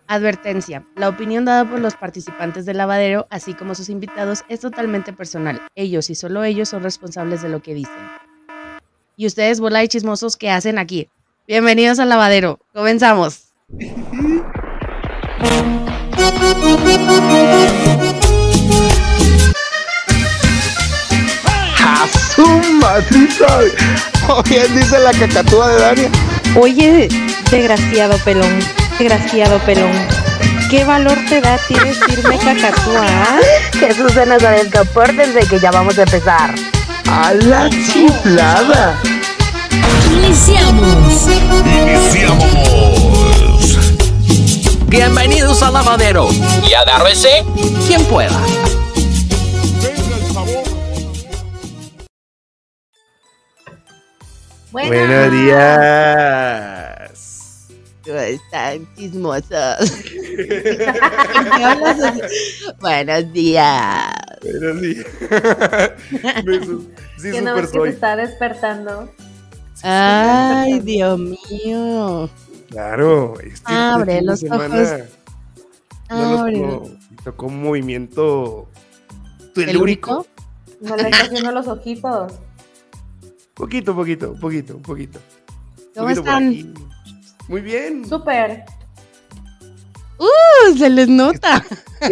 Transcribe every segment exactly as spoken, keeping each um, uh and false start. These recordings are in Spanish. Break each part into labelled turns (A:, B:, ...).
A: Advertencia, la opinión dada por los participantes del lavadero, así como sus invitados, es totalmente personal. Ellos y solo ellos son responsables de lo que dicen. Y ustedes, bola de chismosos, ¿qué hacen aquí? Bienvenidos al lavadero. Comenzamos.
B: ¡A su madrita! Oye, dice la cacatúa de Dania.
C: Oye, desgraciado pelón, desgraciado pelón, ¿qué valor te da a ti decirme cacatúa?
D: Jesús de Nazaret, compórtense que ya vamos a empezar.
B: ¡A la chiflada!
E: Iniciamos.
F: Iniciamos.
G: Bienvenidos al lavadero. Y agárrese quien pueda.
B: Buenas. Buenos días.
A: ¿Cómo están, chismosos? Buenos días.
B: Buenos días. Sí,
C: que no ves que se está despertando.
A: Ay, Dios mío.
B: Claro. Este,
A: Abre
B: este
A: los
B: semana,
A: ojos.
B: No
A: Abre.
B: tocó, tocó un movimiento telúrico.
C: No le estás haciendo los ojitos.
B: Poquito, poquito, poquito, un poquito.
A: ¿Cómo
B: poquito
A: están?
B: Muy bien.
C: Súper.
A: Uh, se les nota.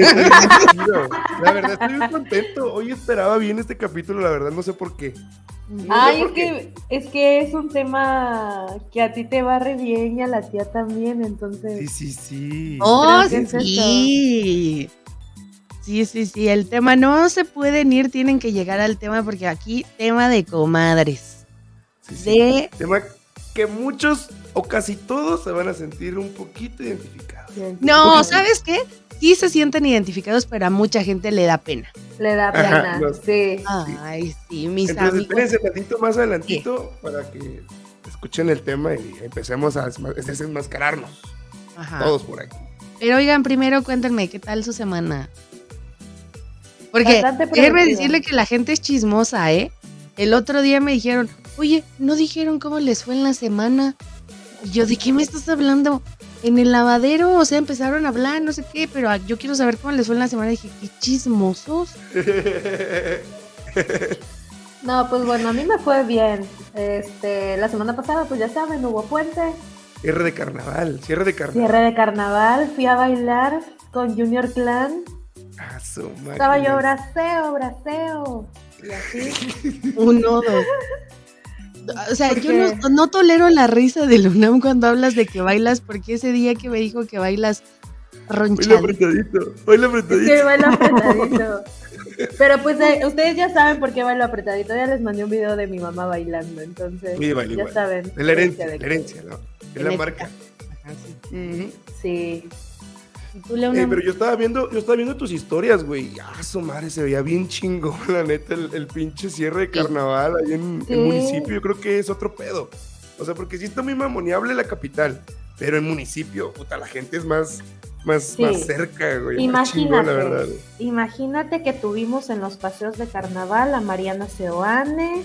B: La verdad estoy muy contento. Hoy esperaba bien este capítulo, la verdad no sé por qué. No
C: Ay,
B: sé
C: es
B: por
C: que,
B: qué.
C: es que es un tema que a ti te va re bien y a la tía también, entonces.
B: Sí, sí, sí.
A: Oh,
C: Creo que es
A: sí. Sí, sí, sí. El tema no se pueden ir, tienen que llegar al tema porque aquí tema de comadres.
B: Sí, sí.
A: De
B: Tema que muchos o casi todos se van a sentir un poquito identificados.
A: No, ¿sabes qué? Sí se sienten identificados, pero a mucha gente le da pena.
C: Le da
B: Ajá,
C: pena,
B: no.
C: sí.
A: Ay, sí, mis
B: Entonces
A: amigos.
B: espérense tantito más adelantito para que escuchen el tema y empecemos a desma- desenmascararnos
A: Ajá.
B: todos por aquí.
A: Pero oigan, primero cuéntenme, ¿qué tal su semana? Porque
C: Bastante
A: déjenme
C: productiva.
A: decirle que la gente es chismosa, ¿eh? El otro día me dijeron, oye, ¿no dijeron cómo les fue en la semana? Y yo, ¿de qué me estás hablando? En el lavadero, o sea, empezaron a hablar, no sé qué, pero yo quiero saber cómo les fue en la semana. Y dije, qué chismosos.
C: No, pues bueno, a mí me fue bien. Este, la semana pasada, pues ya saben, hubo puente,
B: Cierre de carnaval, cierre de carnaval.
C: cierre de carnaval, fui a bailar con Junior Clan.
B: Ah, su máquina.
C: Estaba yo braceo, braceo. Y así.
A: Uno, dos. O sea,
C: ¿Por
A: yo
C: qué?
A: no, no tolero la risa del UNAM cuando hablas de que bailas, porque ese día que me dijo que bailas
B: Baila
A: ronchadito.
B: apretadito, baila
C: Es
B: apretadito.
C: que bailo apretadito. Pero pues eh, ustedes ya saben por qué bailo apretadito. Ya les mandé un video de mi mamá bailando, entonces
B: Sí, baila
C: ya
B: igual.
C: saben.
B: Es la herencia,
C: de
B: la
C: que-
B: herencia, ¿no? Es la marca.
A: Ajá, sí.
B: Ujú.
C: Sí.
A: ¿Y tú, Leona?
B: Ey, pero yo estaba viendo, yo estaba viendo tus historias, güey. Ah, su madre, se veía bien chingón, la neta, el, el pinche cierre de carnaval ahí en
C: Sí.
B: el municipio. Yo creo que es otro pedo. O sea, porque sí está muy mamoneable la capital, pero el municipio, puta, la gente es más, más,
C: Sí.
B: más cerca, güey. Más chingón, la verdad.
C: Imagínate, imagínate que tuvimos en los paseos de carnaval a Mariana Seoane,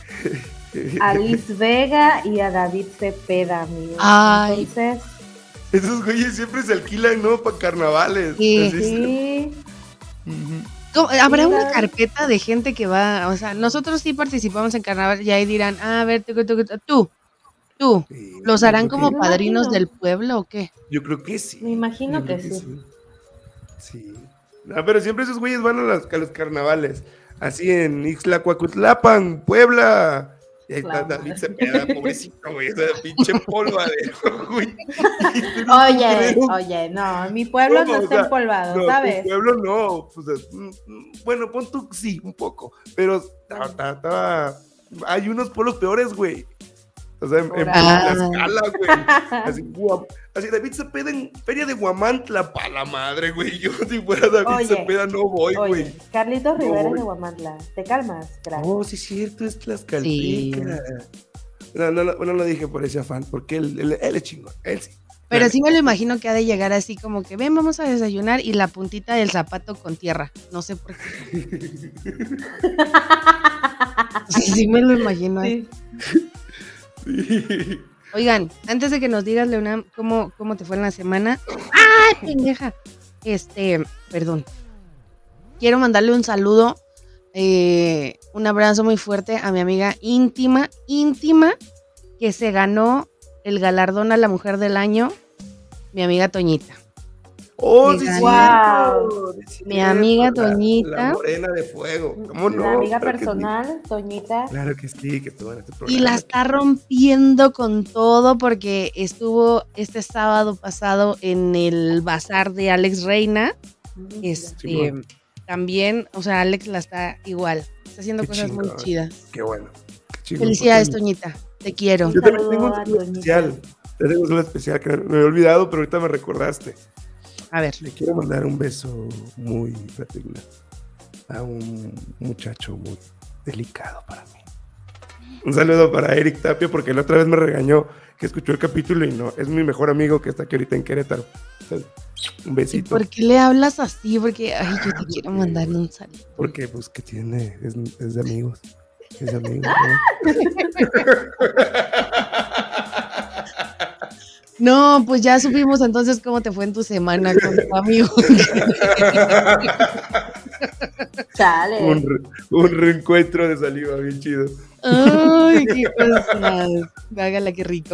C: a Liz Vega y a David Cepeda, amigos.
A: Ay.
C: Entonces,
B: Esos güeyes siempre se alquilan, ¿no? Para carnavales.
A: Sí.
B: Así es.
C: sí.
B: Ujú.
A: ¿Cómo? Habrá
C: Mira.
A: una carpeta de gente que va, o sea, nosotros sí participamos en carnaval y ahí dirán, ah, a ver, tú, tú, tú, tú, tú,
B: Sí,
A: ¿los
B: yo
A: harán
B: creo
A: como
B: que-
C: Me
A: padrinos
C: imagino.
A: del pueblo o qué?
B: Yo creo que sí.
C: Me imagino
B: Yo
C: que
B: creo
C: sí.
B: Sí. No, pero siempre esos güeyes van a, las- a los carnavales. Así en Ixtlacuacutlapan, Puebla. Y ahí está
C: Claro.
B: David Cepeda, pobrecito, güey. Ese pinche polvadero, güey.
C: Oye, oye, no, mi pueblo no,
B: No, o
C: está
B: sea,
C: empolvado,
B: No,
C: ¿sabes?
B: tu pueblo no. Pues, es- mm, mm, bueno, pon tú sí, un poco. Pero estaba- estaba- estaba- hay unos pueblos peores, güey. O sea, en, en
A: Ah.
B: Tlaxcala, güey. Así, guam- así, David Cepeda en Feria de Guamantla, pa' la madre, güey. Yo si fuera David
C: Oye,
B: Cepeda no voy,
C: Oye,
B: güey.
C: Carlitos
B: No,
C: Rivera
B: güey.
C: de Guamantla, ¿te calmas? Crack?
B: Oh, sí es cierto, es Tlaxcalteca.
A: Sí.
B: No, no, no, no lo dije por ese afán, porque él, él, él es chingón, él sí.
A: Pero
B: Dale.
A: sí me lo imagino que ha de llegar así como que, ven, vamos a desayunar y la puntita del zapato con tierra. No sé por qué. Sí me lo imagino. así.
C: Sí.
B: Sí.
A: Oigan, antes de que nos digas, Leonam, cómo, cómo te fue en la semana. ¡Ay, pendeja! Este, perdón. Quiero mandarle un saludo, eh, un abrazo muy fuerte a mi amiga íntima, íntima, que se ganó el galardón a la mujer del año, mi amiga Toñita.
B: ¡Oh,
A: Me
B: sí,
A: ganó.
C: Wow.
B: cierto! Sí,
A: Mi
B: cierto,
A: amiga
B: la-
A: Toñita.
B: La morena de fuego. ¿Cómo no?
C: La amiga
B: Claro que sí.
C: personal, Toñita.
B: Claro que sí, que estuvo en este programa.
A: Y la está rompiendo con todo porque estuvo este sábado pasado en el bazar de Alex Reina. Este,
B: Simón.
A: también, o sea, Alex la está igual. Está haciendo
B: Qué
A: cosas muy
B: chingón.
A: chidas.
B: Qué bueno. Qué chingón.
A: Felicidades, Toñita. Te quiero.
B: Yo también
C: saludo
B: tengo un
C: a
B: saludo
C: Toñita.
B: especial. Yo tengo un saludo especial que me había olvidado, pero ahorita me recordaste.
A: A ver.
B: Le quiero mandar un beso muy fraternal a un muchacho muy delicado para mí. Un saludo para Eric Tapia, porque la otra vez me regañó que escuchó el capítulo y no, es mi mejor amigo que está aquí ahorita en Querétaro. Entonces, un
A: ¿Y
B: besito.
A: por qué le hablas así? Porque, ay, yo te quiero mandar un saludo.
B: Porque, pues, que tiene, es, es de amigos. Es de amigos,
A: No, pues ya supimos entonces cómo te fue en tu semana con tu amigo.
C: Chale.
B: ¿no? Un, re- un reencuentro de saliva bien chido.
A: Ay, qué cosas. Hágala, qué rico.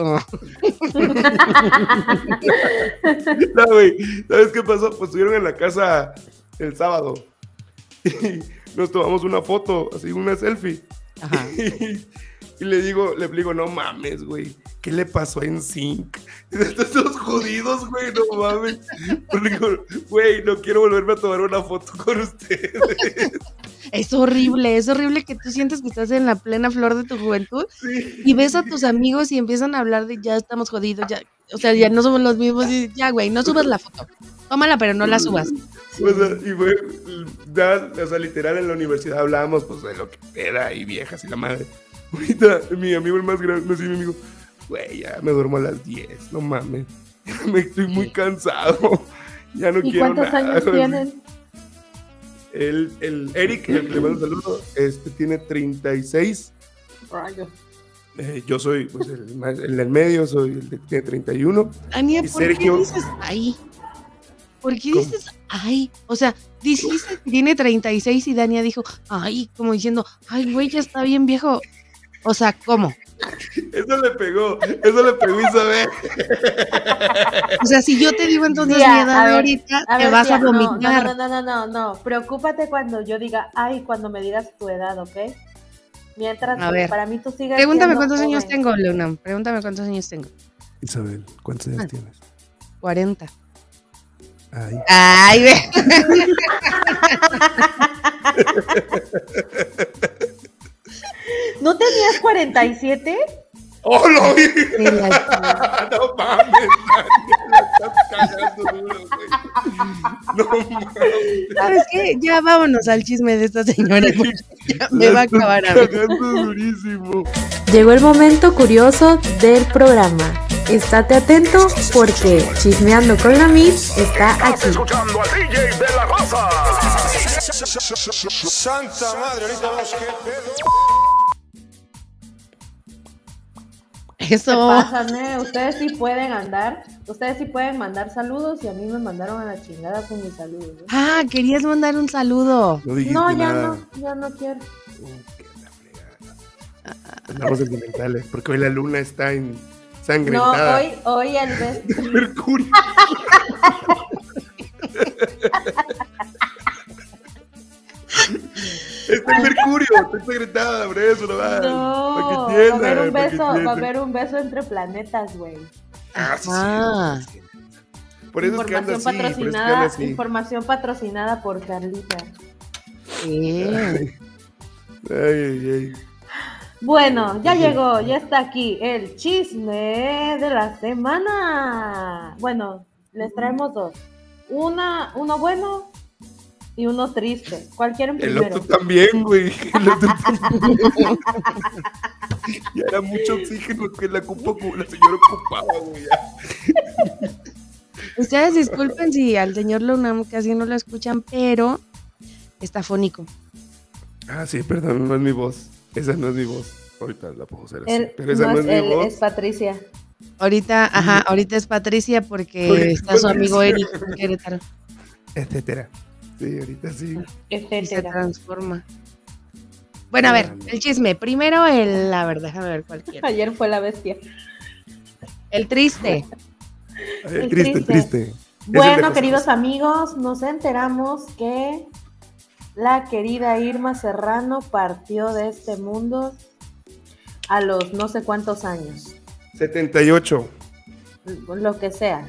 B: No, güey, ¿sabes qué pasó? Pues estuvieron en la casa el sábado y nos tomamos una foto, así una selfie.
A: Ajá.
B: Y, y le digo, le digo, no mames, güey, ¿qué le pasó a NSYNC? Estos jodidos, güey, no mames. Pues le digo, güey, no quiero volverme a tomar una foto con ustedes.
A: Es horrible, es horrible que tú sientes que estás en la plena flor de tu juventud y ves a tus amigos y empiezan a hablar de ya estamos jodidos, ya, o sea, ya no somos los mismos y ya, güey, no subas la foto. Tómala, pero no la subas.
B: O sea, y fue, ya, o sea, literal en la universidad hablábamos pues de lo que era y viejas y la madre. Ahorita mi amigo el más grande, así mi amigo, güey, ya me duermo a las diez, no mames, me estoy muy cansado, ya no
C: ¿Y
B: quiero
C: cuántos
B: nada.
C: años tienen?
B: El, el Eric, el que le mando un saludo, este tiene treinta y seis.
C: Rayo.
B: Eh, yo soy pues, el, más- el del medio, soy el que tiene treinta y uno.
A: Ania,
B: Y
A: ¿por
B: Sergio-
A: qué dices ay? ¿Por qué
B: ¿Cómo?
A: dices ay? O sea, dijiste que tiene treinta y seis y Dania dijo ay, como diciendo, ay, güey, ya está bien viejo. O sea, ¿cómo?
B: Eso le pegó, eso le pegó Isabel.
A: O sea, si yo te digo entonces
C: Tía,
A: mi edad
C: a ver,
A: ahorita,
C: A
A: te
C: ver,
A: vas
C: tía,
A: a
C: no,
A: vomitar.
C: No, no, no, no, no, no. Preocúpate cuando yo diga, ay, cuando me digas tu edad, ¿ok? Mientras,
A: A ver.
C: para mí tú sigues
A: Pregúntame
C: siendo
A: cuántos años
C: joven.
A: tengo, Leonam. Pregúntame cuántos años tengo.
B: Isabel, ¿cuántos años
A: Ah.
B: tienes?
A: cuarenta.
B: Ay.
A: Ay, ve.
C: ¿No tenías cuarenta y siete?
B: ¡Oh, lo vi!
A: De la-
B: No mames, la estás cagando duro, güey. No mames.
A: ¿Sabes qué? Ya vámonos al chisme de esta señora. porque ya me va a acabar a
B: ver.
A: ver.
B: Cagando durísimo.
D: Llegó el momento curioso del programa. Estate atento porque Chismeando con la Miss está aquí.
G: escuchando al D J de la raza.
E: Santa madre, ahorita vamos qué pedo.
C: ¿Qué
A: Eso.
C: pasan, eh? Ustedes sí pueden andar, ustedes sí pueden mandar saludos y a mí me mandaron a la chingada con mis saludos. ¿eh?
A: Ah, querías mandar un saludo.
B: No dijiste
C: No, ya
B: nada.
C: no, ya no quiero.
B: Uh, qué la fregada. Andamos sentimentales, porque hoy la luna está en
C: No,
B: sangrentada.
C: hoy, hoy el beso.
B: Mercurio. Está en Mercurio, está ensangrentada, por eso no va.
C: No,
B: Pa' que
C: va a
B: entienda,
C: haber un
B: pa' que
C: beso, va a
B: entienda.
C: haber un beso entre planetas, güey.
B: Ah, sí,
A: Ah.
B: sí, sí. Por eso es que anda
C: Información
B: así, por eso es que anda
C: patrocinada,
B: así.
C: información patrocinada por Carlita.
A: Sí.
B: Ay, ay, ay.
C: Bueno, ya llegó, ya está aquí el chisme de la semana. Bueno, les traemos dos. Una, uno bueno y uno triste. ¿Cuál quieren
B: El
C: primero?
B: otro también, güey. El otro también. Ya era mucho oxígeno que la, ocupa, la señora ocupaba, güey. ya.
A: Ustedes disculpen si al señor Leonam casi no lo escuchan, pero está fónico.
B: Ah, sí, perdón, no es mi voz. Esa no es mi voz. Ahorita la puedo hacer así.
C: Él-
B: pero esa
C: no
B: no,
C: es
B: es mi
C: él,
B: voz.
C: es Patricia.
A: Ahorita, ajá, ahorita es Patricia porque
B: Porque
A: está su amigo
B: Patricia.
A: Eric en Querétaro
B: Etcétera. Sí, ahorita sí.
A: y se
C: Etcétera.
A: transforma. Bueno, a ver,
B: Grande.
A: el chisme. Primero el, a ver, déjame ver cualquiera.
C: Ayer fue la bestia.
A: El triste.
B: A ver,
C: El
B: triste,
C: triste.
B: triste. Es el de
C: Bueno,
B: José
C: queridos
B: José.
C: amigos, nos enteramos que la querida Irma Serrano partió de este mundo a los no sé cuántos años,
B: setenta y ocho.
C: lo que sea.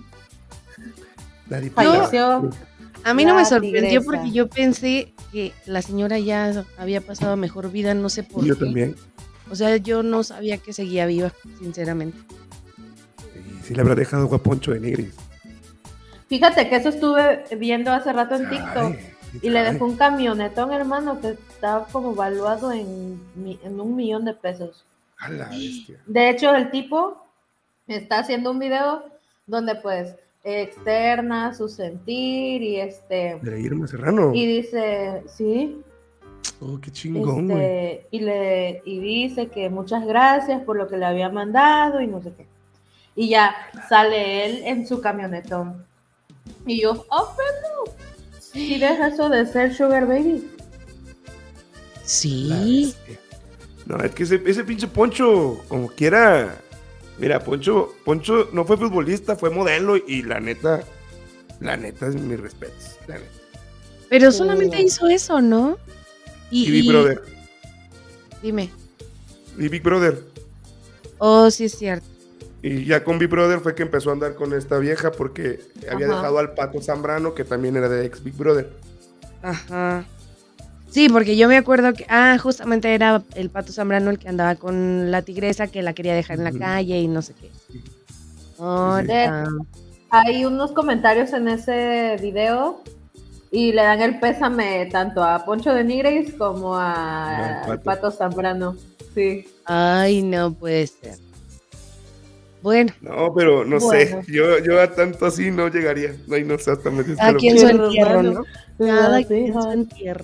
B: La diputada.
C: Falleció.
A: A mí no me
C: La
A: sorprendió
C: tigresa.
A: porque yo pensé que la señora ya había pasado a mejor vida, no sé por
B: Yo
A: qué.
B: también.
A: O sea, yo no sabía que seguía viva, sinceramente.
B: Y sí le habrá dejado guaponcho de Nigris.
C: Fíjate que eso estuve viendo hace rato en TikTok
B: Ay,
C: y le
B: ay.
C: dejó un camionetón, hermano, que estaba como valuado en, mi- en un millón de pesos.
B: A la bestia.
C: De hecho, el tipo está haciendo un video donde pues externa su sentir y este
B: De Irma Serrano.
C: y dice, sí,
B: Oh, qué chingón, güey.
C: este, y le y dice que muchas gracias por lo que le había mandado y no sé qué. Y ya sale él en su camionetón. Y yo, oh, pero si deja eso de ser Sugar Baby.
B: La
A: Sí.
B: bestia. No, es que ese, ese pinche Poncho, como quiera. Mira, Poncho, Poncho no fue futbolista, fue modelo y la neta, la neta es mi respeto. La neta.
A: Pero
C: Sí.
A: solamente hizo eso, ¿no?
B: Y Big Brother.
A: Dime.
B: Y Big Brother.
A: Oh, sí es cierto.
B: Y ya con Big Brother fue que empezó a andar con esta vieja porque había
C: Ajá.
B: dejado al Pato Zambrano, que también era de ex Big Brother.
A: Ajá. Sí, porque yo me acuerdo que, ah, justamente era el Pato Zambrano el que andaba con la tigresa que la quería dejar en la
B: Ujú.
A: calle y no sé qué.
B: Sí.
A: Ahora.
C: Hay unos comentarios en ese video y le dan el pésame tanto a Poncho de Nigris como a
B: Al Pato.
C: al Pato Zambrano. Sí.
A: Ay, no puede ser. Bueno,
B: No, pero no
C: Bueno.
B: sé, yo, yo a tanto así no llegaría. Ay, no sé, hasta me
A: aquí en
C: Sí,
A: su
C: hermano.
A: entierro, ¿no? Cada
C: Sí,
A: quien en su
C: ajá.
A: entierro.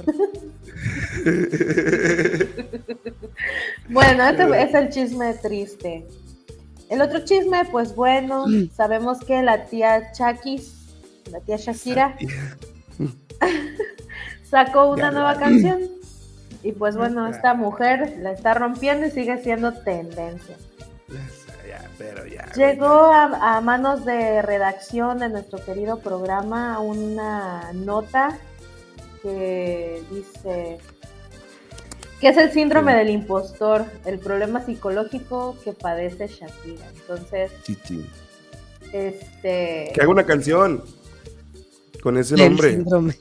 C: Bueno, este es el chisme triste. El otro chisme, pues bueno, sabemos que la tía Chakis, la tía Shakira, sacó una
B: Ya
C: nueva
B: la-
C: canción. Y pues bueno,
B: Ya.
C: esta mujer la está rompiendo y sigue siendo tendencia.
B: Ya, pero ya.
C: Llegó a, a manos de redacción de nuestro querido programa una nota que dice que es el síndrome
B: Sí.
C: del impostor, el problema psicológico que padece Shakira. Entonces,
B: Sí, sí.
C: este...
B: Que haga una canción con ese
A: El
B: nombre.
A: síndrome.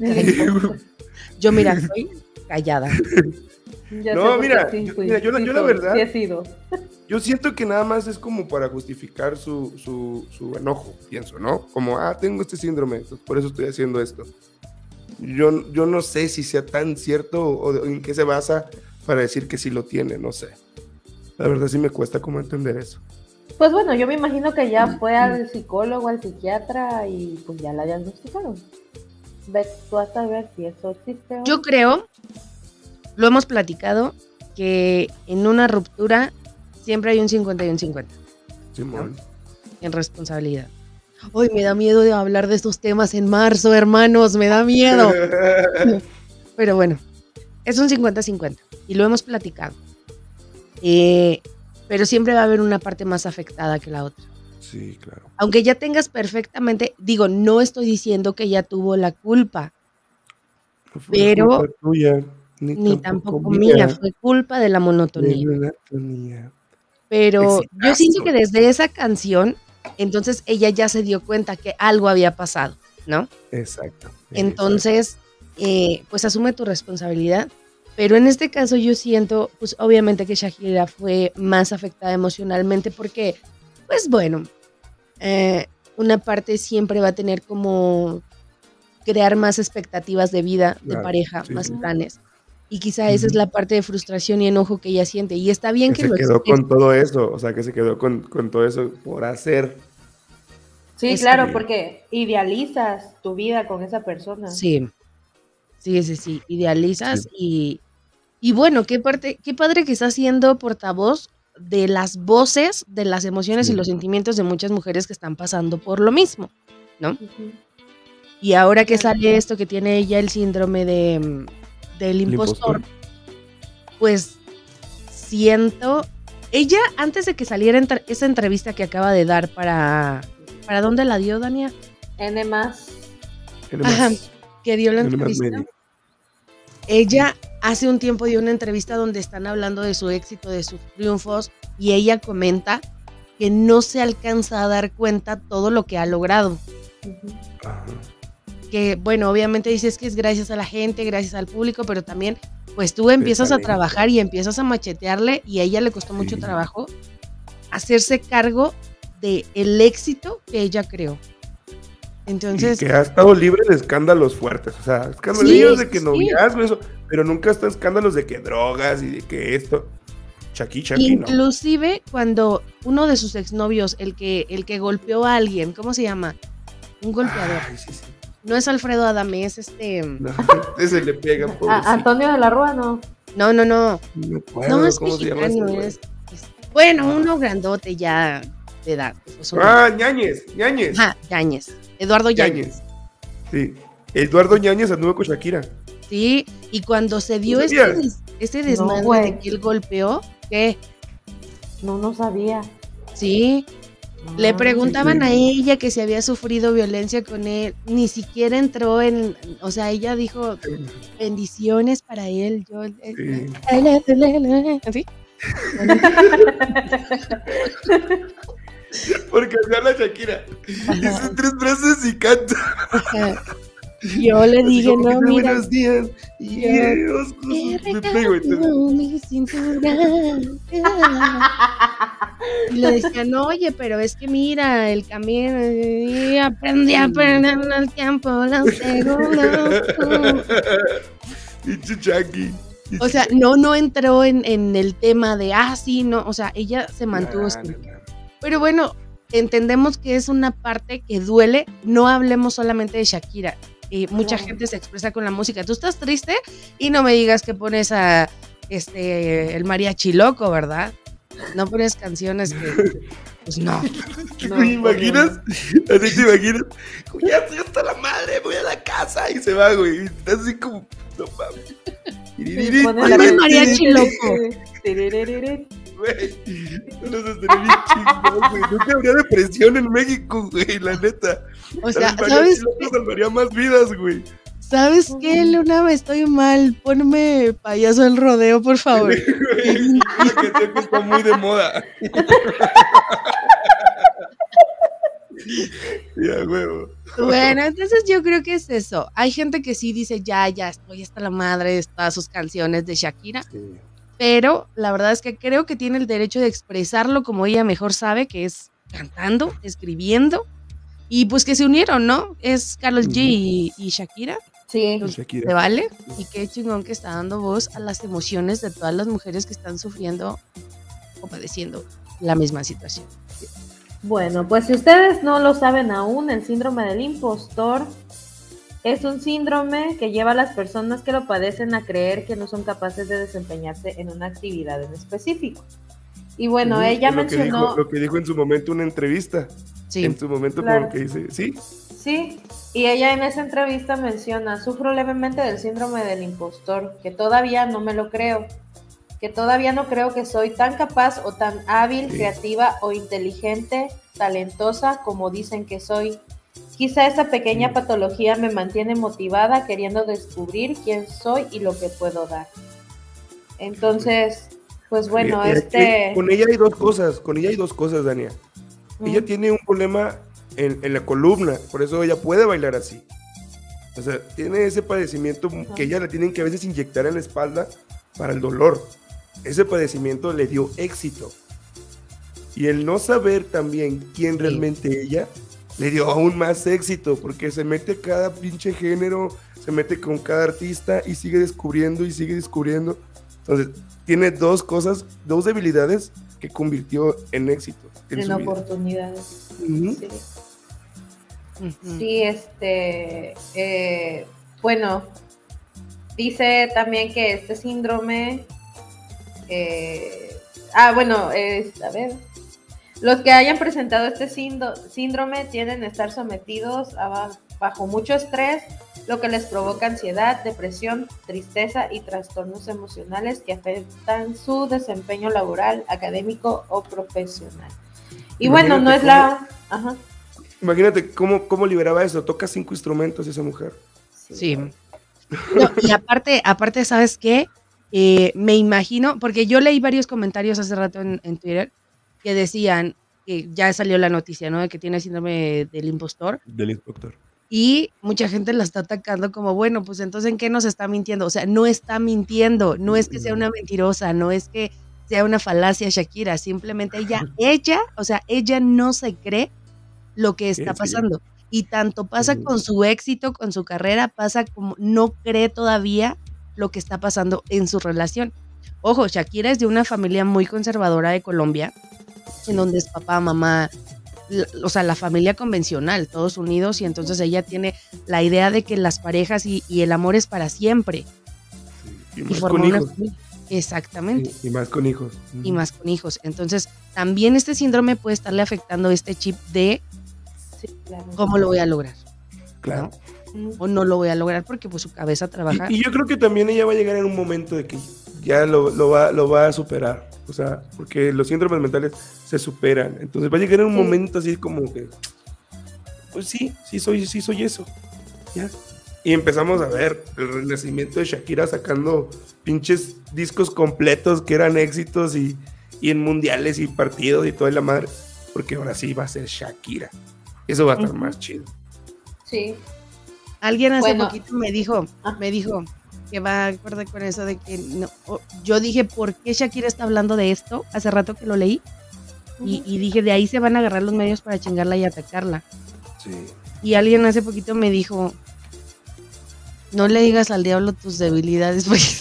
A: Yo, mira, soy callada.
C: Yo
B: No,
C: sé porque
B: mira,
C: sí
B: yo-
C: fui,
B: mira, yo la-
C: sí
B: yo la
C: soy,
B: verdad-
C: sí he sido.
B: Yo siento que nada más es como para justificar su, su, su enojo, pienso, ¿no? Como, ah, tengo este síndrome, entonces por eso estoy haciendo esto. Yo, yo no sé si sea tan cierto o de- en qué se basa para decir que sí lo tiene, no sé. La verdad sí me cuesta como entender eso.
C: Pues bueno, yo me imagino que ya fue al psicólogo, al psiquiatra y pues ya la diagnosticaron. Ve tú hasta ver si eso existe o
A: Yo
C: no.
A: creo, lo hemos platicado, que en una ruptura siempre hay un cincuenta y un cincuenta
B: Simón.
A: en responsabilidad. Hoy me da miedo de hablar de estos temas en marzo, hermanos, me da miedo. Pero bueno, es un cincuenta cincuenta y lo hemos platicado. Eh, pero siempre va a haber una parte más afectada que la otra.
B: Sí, claro.
A: Aunque ya tengas perfectamente, digo, no estoy diciendo que ella tuvo la culpa,
B: No fue
A: Pero-
B: culpa tuya, ni,
A: ni tampoco mía, fue culpa de la
B: de
A: monotonía.
B: la monotonía.
A: Pero
B: Exitazo.
A: yo siento que desde esa canción, entonces ella ya se dio cuenta que algo había pasado, ¿no?
B: Exacto.
A: Entonces, eh, pues asume tu responsabilidad. Pero en este caso yo siento, pues obviamente que Shakira fue más afectada emocionalmente porque, pues bueno, eh, una parte siempre va a tener como crear más expectativas de vida, de
B: Claro,
A: pareja,
B: sí,
A: más
B: sí.
A: planes. Y quizá esa es
B: Ujú.
A: la parte de frustración y enojo que ella siente. Y está bien
B: que
A: que,
B: se
A: lo
B: quedó
A: exprese.
B: con todo eso, o sea, que se quedó con, con todo eso por hacer.
C: Sí,
A: Es
C: claro,
B: que-
C: porque idealizas tu vida con esa persona.
A: Sí, sí, sí, sí, idealizas y, y bueno, qué parte, qué padre que está siendo portavoz de las voces, de las emociones
B: Sí.
A: y los sentimientos de muchas mujeres que están pasando por lo mismo, ¿no?
C: Ujú.
A: Y ahora que
C: Claro.
A: sale esto, que tiene ella el síndrome de, mm, del
B: El
A: impostor,
B: impostor.
A: pues siento, ella antes de que saliera entre- esa entrevista que acaba de dar para, ¿para dónde la dio, Dania?
C: N más.
B: Tiene
A: Ajá,
B: más-
A: que dio la
B: tiene más
A: entrevista.
B: medio.
A: Ella hace un tiempo dio una entrevista donde están hablando de su éxito, de sus triunfos, y ella comenta que no se alcanza a dar cuenta todo lo que ha logrado.
C: Ujú.
B: Ajá.
A: Que, bueno, obviamente dices que es gracias a la gente, gracias al público, pero también, pues tú empiezas a
B: talento.
A: trabajar y empiezas a machetearle, y a ella le costó mucho
B: Sí.
A: trabajo hacerse cargo de el éxito que ella creó. Entonces,
B: Y que ha estado libre de escándalos fuertes, o sea, escandalillos
A: Sí,
B: de que
A: sí.
B: noviazgo, eso, pero nunca está escándalos de que drogas y de que esto. Chaki, Chaki, no.
A: inclusive cuando uno de sus exnovios, el que, el que golpeó a alguien, ¿cómo se llama? Un golpeador.
B: Ay, sí, sí.
A: No es Alfredo Adame, es este.
B: No, ese le pega,
C: A-
B: pobrecito.
C: Antonio de la Rúa, no.
A: No, no, no.
B: No me acuerdo
A: No es
B: cómo se llama ese
A: mexicano,
B: güey.
A: es, es- bueno, uno grandote ya de edad. Pues, un-
B: Ah, Ñañez, Ñañez.
A: Ajá, Yáñez. Eduardo Yáñez.
B: Ñañez. Sí. Eduardo Ñañez anduvo con Shakira.
A: Sí, y cuando se dio
B: ¿No
A: este,
B: sabías?
A: des- este
C: No,
A: desmadre
C: güey.
A: de que él golpeó, ¿qué?
C: No, no sabía.
A: Sí, le
C: Ah,
A: preguntaban
B: sí.
A: a ella que si había sufrido violencia con él, ni siquiera entró en, o sea, ella dijo bendiciones para él, yo,
B: Sí.
A: ¿así?
B: Porque así habla Shakira. Dice tres frases y canta.
A: Ajá. Yo le
B: Así
A: dije,
B: como que,
A: no, mira,
B: buenos días. Y
A: Yo-
B: Dios,
A: he
B: me pego, entonces.
A: recargado mi cintura. Y le decía, no, oye, pero es que mira, el camino, y aprendí a perder en el tiempo los segundos.
B: Y Chuchaki.
A: O sea, no, no entró en, en el tema de, ah, sí, no, o sea, ella se mantuvo
B: Nah,
A: siempre.
B: nah, nah.
A: Pero bueno, entendemos que es una parte que duele, no hablemos solamente de Shakira. Eh, mucha
C: Claro.
A: gente se expresa con la música. Tú estás triste y no me digas que pones a este el mariachi loco, ¿verdad? No pones canciones que, pues no.
C: No,
B: ¿Te imaginas? Así te imaginas. Como, ya estoy hasta la madre, voy a la casa y se va, güey. Y estás así como, no mames.
C: Sí, pone
A: Ponme el mariachi loco.
C: Tiririririri.
B: Güey, no nos estaría bien chingón, güey. Nunca habría depresión en México, güey, la neta.
A: O sea,
B: El mariachi
A: ¿sabes
B: loco
A: qué?
B: salvaría más vidas, güey.
A: ¿Sabes qué, Luna? Me estoy mal. Ponme payaso del rodeo, por favor.
B: Güey, una canción que está muy de moda. Ya, huevo.
A: Bueno, entonces yo creo que es eso. Hay gente que sí dice, ya, ya estoy hasta la madre de todas sus canciones de Shakira.
B: Sí.
A: Pero la verdad es que creo que tiene el derecho de expresarlo como ella mejor sabe, que es cantando, escribiendo. Y pues que se unieron, ¿no? Es Karol G y, y Shakira.
C: Sí.
B: Pues Shakira.
A: ¿Se vale? Y qué chingón que está dando voz a las emociones de todas las mujeres que están sufriendo o padeciendo la misma situación.
C: Bueno, pues si ustedes no lo saben aún, el síndrome del impostor es un síndrome que lleva a las personas que lo padecen a creer que no son capaces de desempeñarse en una actividad en específico. Y bueno,
B: Ujú,
C: ella
B: es lo que
C: mencionó,
B: dijo- lo que dijo en su momento en una entrevista.
A: Sí.
B: En su momento,
C: Claro.
B: como que dice, sí,
C: sí, y ella en esa entrevista menciona, sufro levemente del síndrome del impostor, que todavía no me lo creo, que todavía no creo que soy tan capaz o tan hábil,
B: Sí.
C: creativa o inteligente, talentosa como dicen que soy. Quizá esa pequeña
B: Sí.
C: patología me mantiene motivada queriendo descubrir quién soy y lo que puedo dar. Entonces, pues bueno,
B: Eh, eh,
C: este...
B: eh, con ella hay dos cosas, con ella hay dos cosas, Dania. Ella
C: Mm,
B: tiene un problema en, en la columna, por eso ella puede bailar así. O sea, tiene ese padecimiento que ella le tienen que a veces inyectar en la espalda para el dolor. Ese padecimiento le dio éxito. Y el no saber también quién
A: Sí.
B: realmente ella, le dio aún más éxito, porque se mete cada pinche género, se mete con cada artista y sigue descubriendo y sigue descubriendo. Entonces, tiene dos cosas, dos debilidades que convirtió en éxito en,
C: en
B: su vida.
C: oportunidades.
B: Ujú.
C: Sí.
A: Ujú.
C: Sí, este, eh, bueno, dice también que este síndrome eh, Ah, bueno, es, a ver. Los que hayan presentado este síndo- síndrome tienden a estar sometidos a, bajo mucho estrés, lo que les provoca ansiedad, depresión, tristeza y trastornos emocionales que afectan su desempeño laboral, académico o profesional. Y
B: Imagínate
C: bueno, no es
B: cómo-
C: la... Ajá.
B: Imagínate cómo, cómo liberaba eso. Toca cinco instrumentos esa mujer.
A: Sí. No, y aparte, aparte, ¿sabes qué? Eh, me imagino, porque yo leí varios comentarios hace rato en, en Twitter que decían que ya salió la noticia, ¿no? De que tiene síndrome del impostor.
B: Del inspector.
A: Y mucha gente la está atacando como, bueno, pues entonces, ¿en qué nos está mintiendo? O sea, no está mintiendo, no es que sea una mentirosa, no es que sea una falacia Shakira, simplemente ella, ella, o sea, ella no se cree lo que está
B: Sí, sí.
A: pasando. Y tanto pasa
B: Ujú.
A: con su éxito, con su carrera, pasa como no cree todavía lo que está pasando en su relación. Ojo, Shakira es de una familia muy conservadora de Colombia, en donde es papá, mamá, la- o sea, la familia convencional, todos unidos, y entonces ella tiene la idea de que las parejas y, y el amor es para siempre.
B: Y
A: Y
B: más
A: formó
B: con
A: una
B: hijos.
A: familia. Exactamente.
B: Y, y más con hijos.
A: Y más con hijos. Entonces, también este síndrome puede estarle afectando este chip de
C: Sí, claro.
A: cómo lo voy a lograr,
B: Claro.
C: Mm.
A: o no lo voy a lograr porque pues su cabeza trabaja.
B: Y, y yo creo que también ella va a llegar en un momento de que ya lo, lo, va, lo va a superar. O sea, porque los síndromes mentales se superan. Entonces va a llegar en un
C: Sí.
B: momento así como que, pues sí, sí soy, sí soy eso. Ya. Y empezamos a ver el renacimiento de Shakira sacando pinches discos completos que eran éxitos y, y en mundiales y partidos y toda la madre. Porque ahora sí va a ser Shakira. Eso va a estar
C: Ujú.
B: más chido.
C: Sí.
A: Alguien hace
C: Bueno.
A: poquito me dijo,
C: Ah.
A: me dijo que va a acordar con eso de que no, o- yo dije, ¿por qué Shakira está hablando de esto? Hace rato que lo leí y, y dije, de ahí se van a agarrar los medios para chingarla y atacarla.
B: Sí.
A: Y alguien hace poquito me dijo, no le digas al diablo tus debilidades, pues.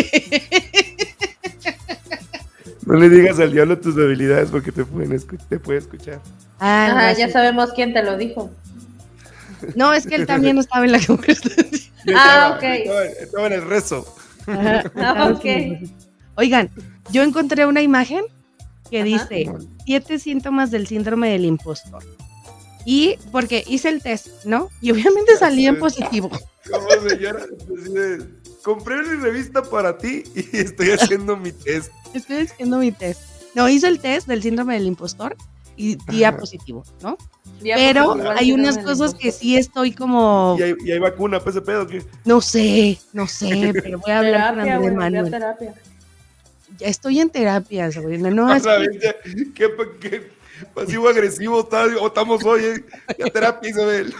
B: No le digas al diablo tus debilidades porque te, pueden escu- te puede escuchar.
A: Ah,
C: Ajá,
A: no,
C: ya
A: sí.
C: sabemos quién te lo dijo.
A: No, es que él también estaba en la conversación.
B: Yo
C: Ah,
B: estaba,
C: ok.
B: yo estaba, estaba en el rezo.
A: Ajá,
C: Ah,
A: estaba
C: ok.
A: en- Oigan, yo encontré una imagen que
C: Ajá.
A: dice siete síntomas del síndrome del impostor. Y porque hice el test, ¿no? Y obviamente salí en positivo.
B: Como señora, así de, compré una revista para ti y estoy haciendo mi test.
A: Estoy haciendo mi test. No, hice el test del síndrome del impostor y día
B: Ajá.
A: positivo, ¿no?
C: Ya,
A: Pero
C: porque igual
A: hay
C: sí
A: unas
C: me lo
A: cosas que
C: impuso.
A: sí estoy como,
B: Y hay, y hay vacuna para ese pedo. ¿Qué?
A: no sé, no sé, pero voy a hablar con
C: Terapia,
A: Andrés
C: güey, ve a
A: Manuel.
C: terapia.
A: Ya estoy en terapia, Sabrina. No,
B: A
A: es
B: la
A: que-
B: vez, ya, ¿Qué, qué pasivo agresivo está- o estamos hoy? ¿Eh? Ya terapia, Isabel.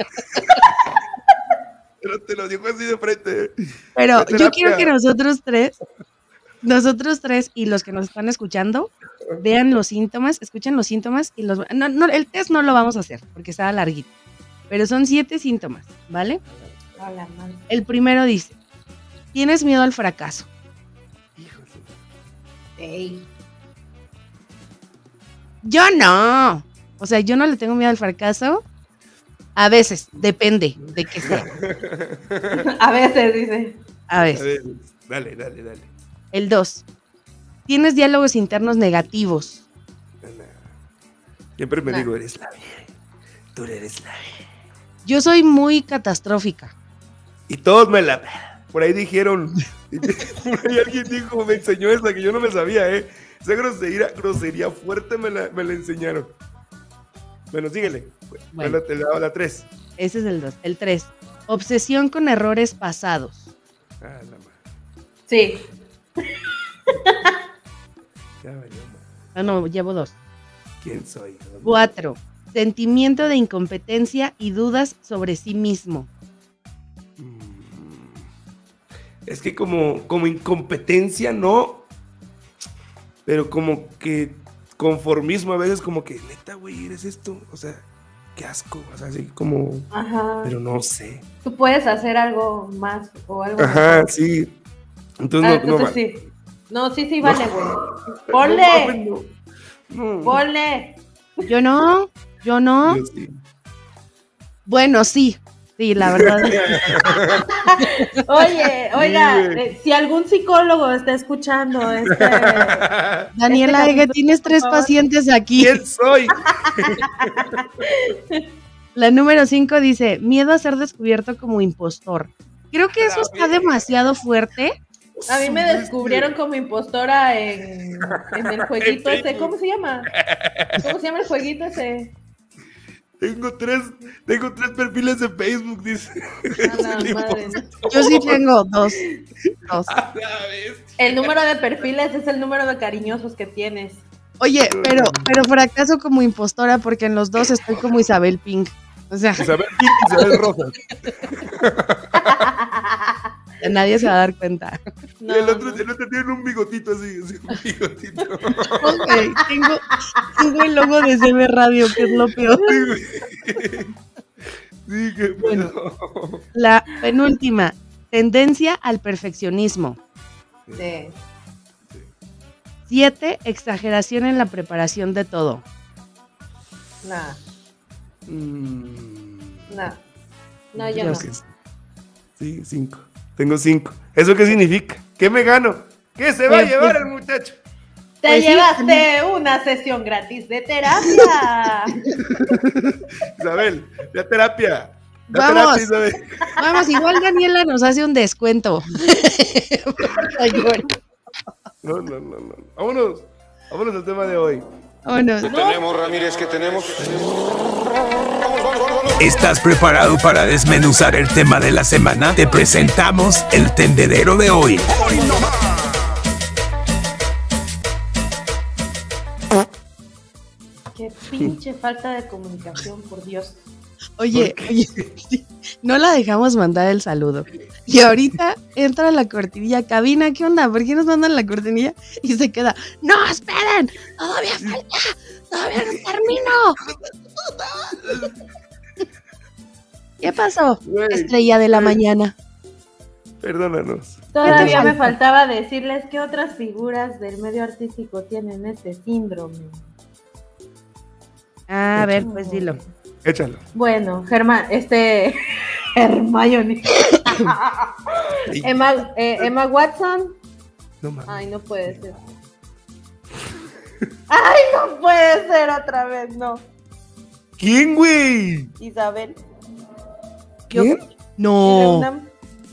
B: Pero te lo dijo así de frente.
A: pero
B: de
A: yo
B: terapia.
A: quiero que nosotros tres, nosotros tres y los que nos están escuchando, vean los síntomas, escuchen los síntomas y los... No, no, el test no lo vamos a hacer porque está larguito, pero son siete síntomas, ¿vale?
C: A la madre.
A: El primero dice, tienes miedo al fracaso.
C: Ey.
A: Yo no. O sea, yo no le tengo miedo al fracaso. A veces, depende de qué sea.
C: A veces dice.
A: A
B: A
A: veces.
B: ver, dale, dale, dale.
A: El dos, tienes diálogos internos negativos.
B: Siempre me
C: Nah.
B: digo, eres la bien. Tú eres la bien.
A: Yo soy muy catastrófica.
B: Y todos me la... Por ahí dijeron... Por ahí alguien dijo, me enseñó esa que yo no me sabía, ¿eh? Esa grosería, grosería fuerte me la, me la enseñaron. Bueno, síguele.
A: Bueno.
B: La, la, la tres.
A: Ese es el dos. El tres, obsesión con errores pasados.
B: Ah, la madre.
C: Sí.
B: Ya valió, madre.
A: Ah, no, llevo dos.
B: ¿Quién soy?
A: Cuatro, sentimiento de incompetencia y dudas sobre sí mismo.
B: Mm. Es que como, como incompetencia, no. Pero como que conformismo a veces, como que, neta, güey, eres esto. O sea, qué asco. O sea, así como...
C: Ajá.
B: Pero no sé.
C: Tú puedes hacer algo más o algo
B: Ajá,
C: mejor.
B: sí. Entonces,
C: Ah,
B: no, no,
C: entonces
B: va-
C: sí. No, sí, sí, vale, güey.
B: no
C: Ponle.
B: mames, no. No.
C: Ponle.
A: Yo no, yo no.
B: Yo sí.
A: Bueno, sí, Sí, la verdad.
C: Oye, oiga,
B: Sí.
C: eh, si algún psicólogo está escuchando este...
A: Daniela,
C: Este
A: Ega,
C: capítulo,
A: tienes
C: por
A: tres
C: favor.
A: pacientes aquí.
B: ¿Quién soy?
A: La número cinco dice, miedo a ser descubierto como impostor. Creo que eso está demasiado fuerte.
C: A mí me descubrieron como impostora en, en el jueguito
B: En
C: ese. ¿Cómo se llama? ¿Cómo se llama el jueguito ese?
B: Tengo tres, tengo tres perfiles de Facebook, dice.
C: A la madre, ¿no?
A: Yo sí tengo dos. Dos.
B: A la vez.
C: El número de perfiles es el número de cariñosos que tienes.
A: Oye, pero, pero fracaso como impostora porque en los dos estoy como Isabel Pink. O sea,
B: Isabel Pink y Isabel Rosa.
A: nadie se va a dar cuenta.
C: No,
B: y el otro,
C: no.
B: el otro tiene un bigotito así, así, un bigotito.
A: Ok, tengo, tengo el logo de C B Radio, que es lo peor.
B: Sí, güey. Sí, qué
A: Bueno.
B: pedo.
A: La penúltima, tendencia al perfeccionismo.
C: Sí.
A: Siete, exageración en la preparación de todo.
C: Nah,
B: Mm,
C: nah. No, yo
B: creo
C: no.
B: que sí. Sí, cinco. Tengo cinco. ¿Eso qué significa? ¿Qué me gano? ¿Qué se va a
A: Eh,
B: llevar
A: pues-
B: el muchacho?
C: Te
A: Pues sí,
C: llevaste una sesión gratis de terapia.
B: Isabel, ya terapia. Ya
A: Vamos.
B: terapia, Isabel.
A: Vamos, igual Daniela nos hace un descuento.
B: No, no, no, no. Vámonos. Vámonos al tema de hoy.
A: Vámonos.
E: Tenemos, Ramírez, que tenemos. Vamos, vamos, vamos, vamos.
G: ¿Estás preparado para desmenuzar el tema de la semana? Te presentamos el tendedero de hoy.
C: Qué pinche falta de comunicación, por Dios.
A: Oye, oye, sí, no la dejamos mandar el saludo. Y ahorita entra la cortinilla, cabina, ¿qué onda? ¿Por qué nos mandan la cortinilla? Y se queda, no, esperen, todavía falta, todavía no termino. ¿Qué pasó?
B: Güey,
A: Estrella de la
B: güey,
A: mañana.
B: Perdónanos.
C: Todavía me
A: falta?
C: faltaba decirles que otras figuras del medio artístico tienen este síndrome.
A: Ah, a ver, pues dilo.
B: Échalo.
C: Bueno, Germán, este Hermione. Emma, eh, Emma Watson.
B: No mames.
C: Ay, no puede ser. Ay, no puede ser otra vez, no.
B: ¿Quién, güey?
C: Isabel.
B: ¿Quién?
A: No.
C: Reunam.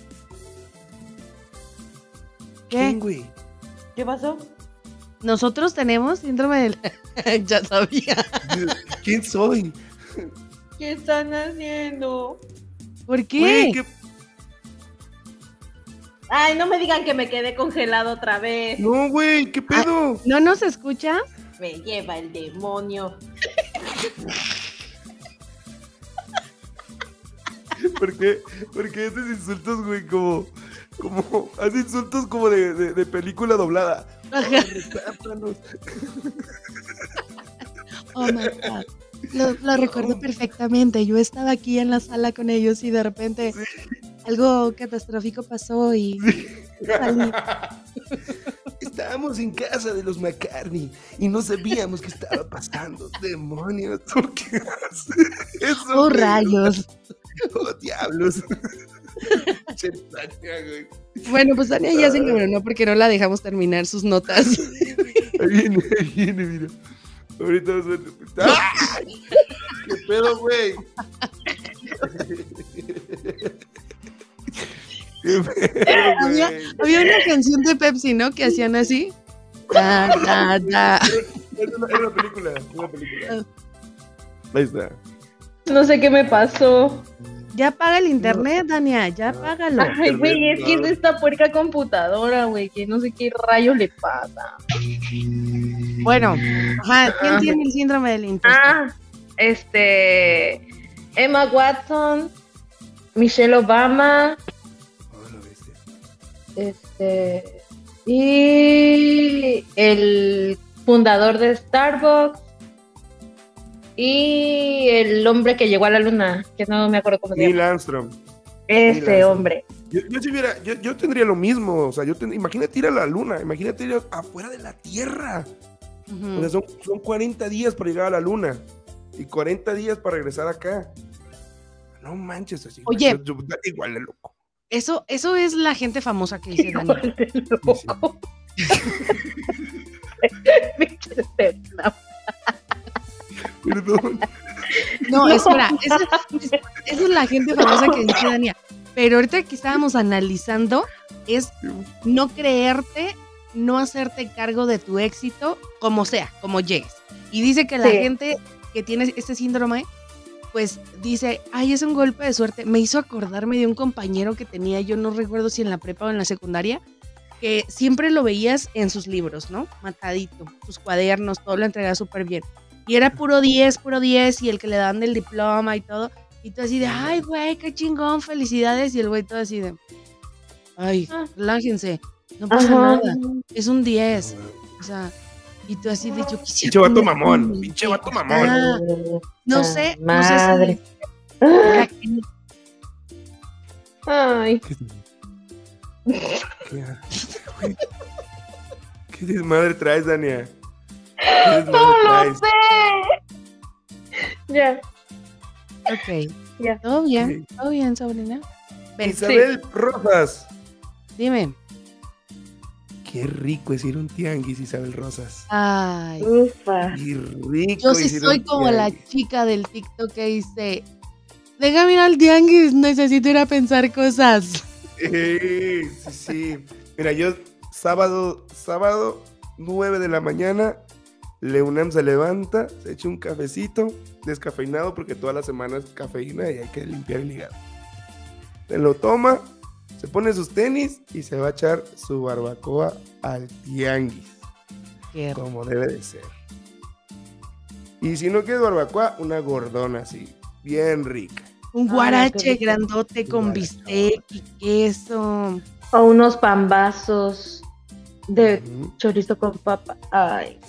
B: ¿Quién,
A: ¿Qué?
B: güey?
C: ¿Qué pasó?
A: Nosotros tenemos síndrome del... Ya sabía.
B: ¿Quién soy?
C: ¿Qué están haciendo?
A: ¿Por qué?
B: Güey, ¿qué?
C: Ay, no me digan que me quedé congelado otra vez.
B: No, güey, ¿qué pedo?
A: ¿No nos escucha?
C: Me lleva el demonio.
B: ¿Por qué? ¿Por qué haces insultos, güey? Como, como, haces insultos como de, de, de película doblada.
A: Ajá.
B: Tápanos.
A: Oh my God. Lo, lo recuerdo perfectamente. Yo estaba aquí en la sala con ellos y de repente algo catastrófico pasó y salí.
B: Estábamos en casa de los McCartney y no sabíamos qué estaba pasando. Demonios, ¿por qué haces eso?
A: Oh,
B: güey?
A: rayos.
B: Oh, diablos. Che, Tania, güey.
A: Bueno, pues Tania ya se encabronó porque no la dejamos terminar sus notas.
B: Ahí viene, ahí viene, mira. Ahorita vas a ver. ¡Ay! ¿Qué pedo, güey? ¿Qué pedo,
A: Había,
B: güey?
A: había una canción de Pepsi, ¿no? Que hacían así. Da, da, da.
B: Es una, es una película, es una película. Ahí está.
C: No sé qué me pasó.
A: Ya apaga el internet, Dania, ya apágalo.
C: Ay, güey, es que es esta puerca computadora, güey, que no sé qué rayos le pasa.
A: Bueno, ajá, ¿quién tiene el síndrome del impostor?
C: Ah, este. Emma Watson, Michelle Obama,
B: Oh, lo bestia.
C: este. Y el fundador de Starbucks. Y el hombre que llegó a la luna, que no me acuerdo cómo se
B: Neil
C: llama.
B: Armstrong.
C: Ese
B: Neil Armstrong.
C: hombre.
B: Yo, yo, si hubiera- yo, yo tendría lo mismo. O sea, yo ten- imagínate ir a la luna, imagínate ir afuera de la Tierra.
A: Ujú.
B: O sea, son, son cuarenta días para llegar a la luna y cuarenta días para regresar acá. no manches, así.
A: Oye.
B: Yo, yo, igual de loco.
A: Eso, eso es la gente famosa que dice Dani.
C: Igual de loco.
B: Perdón.
A: No, espera, esa, esa es la gente famosa que dice Dania. Pero ahorita que estábamos analizando, es no creerte, no hacerte cargo de tu éxito, como sea, como llegues. Y dice que la
C: Sí.
A: gente que tiene este síndrome, pues dice, ay, es un golpe de suerte. Me hizo acordarme de un compañero que tenía, yo no recuerdo si en la prepa o en la secundaria, que siempre lo veías en sus libros, ¿no? Matadito, sus cuadernos, todo lo entregaba súper bien. Y era puro diez, puro diez, y el que le dan el diploma y todo. Y tú así de, ay, güey, qué chingón, felicidades. Y el güey todo así de, ay,
C: Ah.
A: relájense, no pasa
C: Ajá.
A: nada, es un diez. O sea, y tú así de, yo quisiera.
B: Pinche vato
A: tener
B: mamón,
A: un
B: pinche
A: veinte.
B: vato mamón.
A: Ah, no sé, no
C: Madre.
A: sé si era que-
C: Ay,
B: ¿Qué, güey? ¿Qué desmadre traes, Dania? ¿Qué desmadre
C: no lo
B: traes?
C: sé. Ya,
A: Ok,
C: ya.
A: todo bien,
B: Sí.
A: todo bien, sobrina. Ven,
B: Isabel Rosas.
A: dime.
B: Qué rico es ir a un tianguis, Isabel Rosas.
A: Ay,
C: Ufa.
B: Qué rico
A: yo sí
B: es ir a
A: soy
B: un
A: como la
B: tianguis.
A: chica del TikTok que dice, déjame ir al tianguis, necesito ir a pensar cosas.
B: Sí, sí, sí. Mira, yo sábado, sábado, nueve de la mañana, Leonam se levanta, se echa un cafecito descafeinado porque toda la semana es cafeína y hay que limpiar el hígado. Se lo toma, se pone sus tenis y se va a echar su barbacoa al tianguis,
A: Qué rico.
B: como debe de ser. Y si no quieres barbacoa, una gordona así, bien rica.
A: Un
C: Ay,
A: guarache
C: qué rico.
A: grandote con
B: Guarache.
A: bistec y queso.
C: O unos pambazos de
B: Ujú.
C: chorizo con papa. Ay.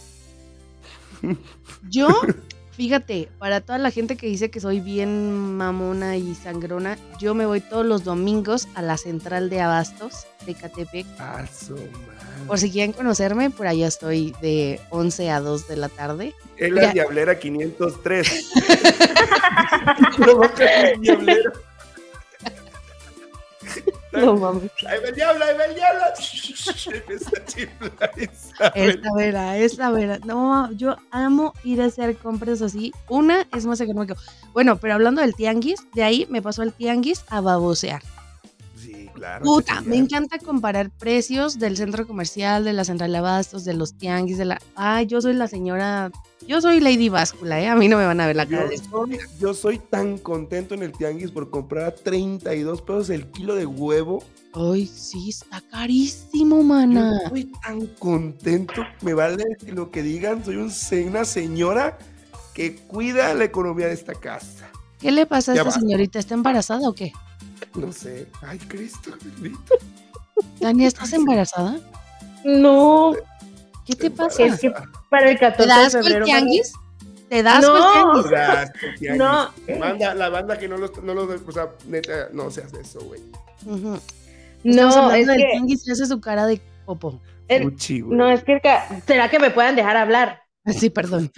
A: Yo, fíjate, para toda la gente que dice que soy bien mamona y sangrona, yo me voy todos los domingos a la central de abastos de Ecatepec.
B: Ah, su madre.
A: Por si quieren conocerme, por allá estoy de once a dos de la tarde.
B: Es la
A: Ya.
B: Diablera quinientos tres. No, boca de Diablera.
C: No mames.
B: ¡Ahí va el diablo! ¡Ahí va el diablo! Empieza a chiflar Isabel.
A: Esta vera, esta vera. No, yo amo ir a hacer compras así. Una es más económico. Bueno, pero hablando del tianguis, de ahí me pasó al tianguis a babosear.
B: Sí, claro.
A: Puta,
B: que sí,
A: me
B: ya.
A: encanta comparar precios del centro comercial, de la central de abastos, de los tianguis, de la... Ay, yo soy la señora... Yo soy Lady Báscula, ¿eh? A mí no me van a ver la cara
B: Yo
A: de...
B: soy, yo soy tan contento en el tianguis por comprar a treinta y dos pesos el kilo de huevo.
A: Ay, sí, está carísimo,
B: Yo
A: mana.
B: estoy tan contento. Me vale lo que digan. Soy un se- una señora que cuida la economía de esta casa.
A: ¿Qué le pasa a
B: Ya
A: esta
B: basta.
A: señorita? ¿Está embarazada o qué?
B: No sé. Ay, Cristo bendito.
A: Dani, ¿estás embarazada?
C: No.
A: ¿Qué te pasa?
C: Es que para el
A: ¿Te
C: catorce
A: da
C: de
A: asco el
C: febrero.
A: tianguis? ¿Te da asco
C: No.
A: el tianguis?
B: Gracias, tianguis.
C: No.
B: Banda, la banda que no los, no los, o sea, neta, no se hace eso, güey.
A: Ujú. Estamos
C: No,
A: hablando
C: es
A: del
C: que.
A: tianguis y hace su cara de popo.
C: el-
B: Fuchi, güey.
C: no, es que. el ca- ¿Será que me puedan dejar hablar?
A: Sí, perdón.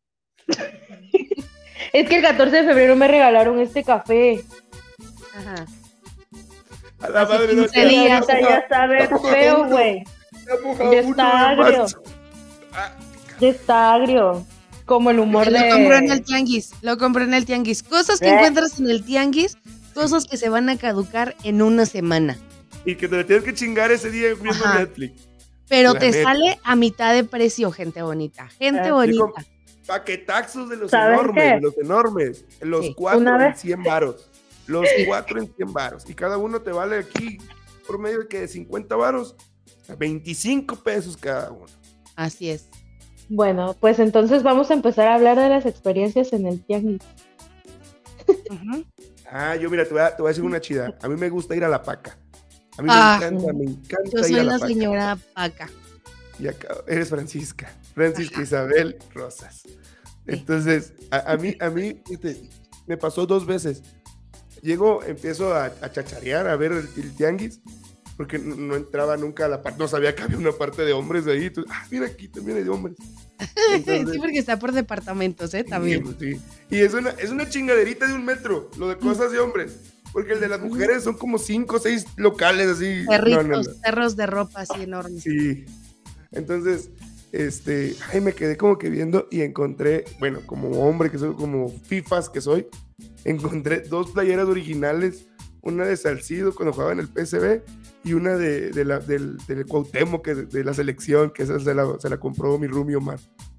C: Es que el catorce de febrero me regalaron este café.
A: Ajá.
B: A la
A: hace
B: madre
A: quince
B: no,
C: Y
A: días.
C: ahorita ya sabe feo, güey. Ya está agrio. Ya está agrio. Como el humor
A: Lo compró en el
C: de.
A: tianguis, lo compró en el tianguis. Cosas que
C: ¿Eh?
A: encuentras en el tianguis, cosas que se van a caducar en una semana.
B: Y que te lo tienes que chingar ese día viendo
A: Ajá.
B: Netflix.
A: Pero
B: La
A: te
B: neta.
A: sale a mitad de precio, gente bonita. Gente
C: Ah,
A: bonita.
B: Paquetaxos de los
C: ¿Saben
B: enormes,
C: qué?
B: de los enormes. Los
A: Sí.
B: cuatro
C: Una
B: en
C: vez-
B: cien varos. Los cuatro en cien varos. Y cada uno te vale aquí por medio de que de cincuenta varos a veinticinco pesos cada uno.
A: Así es.
C: Bueno, pues entonces vamos a empezar a hablar de las experiencias en el tianguis.
A: Ujú.
B: Ah, yo mira, te voy, a, te voy a decir una chida. A mí me gusta ir a la paca. A mí
A: Ah.
B: me encanta, me encanta
A: Yo
B: ir
A: soy
B: a la,
A: la
B: paca.
A: señora Paca.
B: Y acá, eres Francisca. Francisca Isabel Rosas. Entonces, a, a mí, a mí fíjate, me pasó dos veces. Llego, empiezo a, a chacharear, a ver el, el tianguis. porque no, no entraba nunca a la parte, no sabía que había una parte de hombres de ahí. Entonces, ah, mira, aquí también hay de hombres. Entonces,
A: sí, porque está por departamentos, ¿eh? También.
B: Sí, sí. Y es una, es una chingaderita de un metro, lo de cosas de hombres. Porque el de las mujeres son como cinco o seis locales así.
A: Perritos,
B: no, no, no.
A: perros de ropa así enormes.
B: Sí. Entonces, este, ay, me quedé como que viendo y encontré, bueno, como hombre que soy, como fifas que soy, encontré dos playeras originales, una de Salcido cuando jugaba en el P S V y una de, de la, del, del Cuauhtémoc, que de, de la selección, que esa se la, se la compró mi roomie Omar.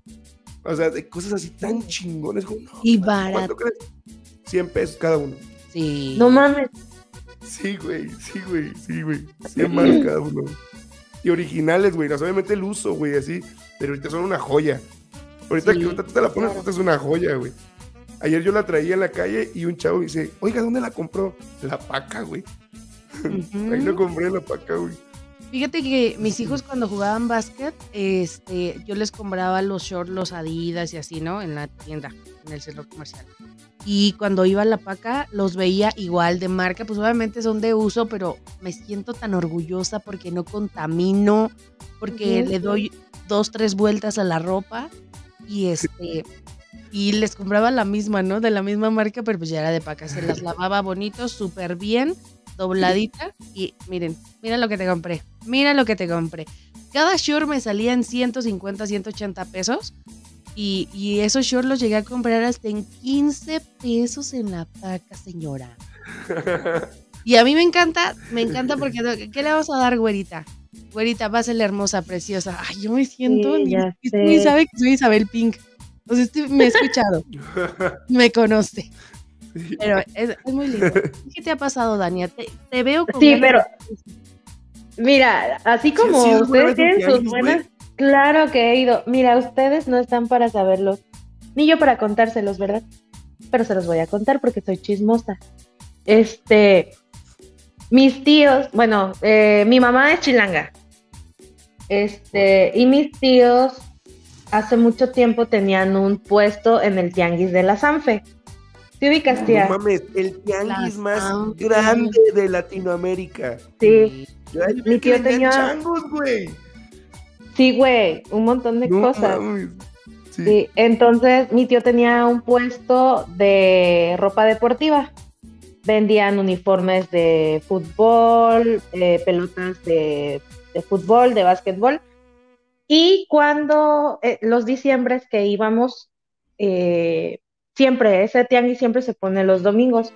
B: O sea, de cosas así tan chingones. Como, no,
A: y
B: ¿cuánto
A: barato.
B: crees? cien pesos cada uno.
A: Sí.
C: No mames.
B: Sí, güey, sí, güey, sí, güey. cien más cada uno. Y originales, güey. No, obviamente el uso, güey, así. Pero ahorita son una joya. Ahorita
A: Sí,
B: que ahorita tú te la pones,
A: claro.
B: ahorita es una joya, güey. Ayer yo la traía en la calle y un chavo dice, oiga, ¿dónde la compró? La Paca, güey.
A: Ujú.
B: Ahí lo compré en la Paca, güey.
A: Fíjate que mis hijos cuando jugaban básquet, este, yo les compraba los shorts, los Adidas y así, ¿no? En la tienda, en el centro comercial. Y cuando iba a la Paca, los veía igual de marca, pues obviamente son de uso, pero me siento tan orgullosa porque no contamino, porque
C: Ujú.
A: le doy dos, tres vueltas a la ropa y este... Y les compraba la misma, ¿no? De la misma marca, pero pues ya era de Paca. Se las lavaba bonito, súper bien, dobladita. Y miren, mira lo que te compré. Mira lo que te compré. Cada short me salía en ciento cincuenta, ciento ochenta pesos. Y, y esos shorts los llegué a comprar hasta en quince pesos en la Paca, señora. Y a mí me encanta, me encanta porque... ¿Qué le vamos a dar, güerita? Güerita, va a ser la hermosa, preciosa. Ay, yo me siento...
C: Sí, ya
A: Este
C: sé.
A: güey sabe que soy Isabel Pink. O sea, este me ha escuchado, me conoce,
B: Sí.
A: pero es, es muy lindo. ¿Qué te ha pasado, Dania? Te, te veo con
C: Sí,
A: ganas
C: pero
A: de-
C: mira, así como
B: sí, alguna
C: ustedes
B: vez
C: tienen
B: un
C: sus
B: tianguis,
C: buenas,
B: güey.
C: claro que he ido. Mira, ustedes no están para saberlos, ni yo para contárselos, ¿verdad? Pero se los voy a contar porque soy chismosa. Este, mis tíos, bueno, eh, mi mamá es chilanga. Este, y mis tíos hace mucho tiempo tenían un puesto en el tianguis de la Sanfe. ¿Sí ubicas, tía?
B: No mames, el tianguis
A: Las
B: más
A: Sanfe.
B: grande de Latinoamérica.
C: Sí,
B: Yo ahí
C: Mi
B: vi que
C: tío
B: vendían
C: tenía-
B: changos, güey.
C: sí, güey, un montón de
B: No
C: cosas.
B: mames. Sí.
C: Sí, entonces mi tío tenía un puesto de ropa deportiva. Vendían uniformes de fútbol, eh, pelotas de, de fútbol, de básquetbol. Y cuando eh, los diciembres que íbamos, eh, siempre, ese tianguis siempre se pone los domingos.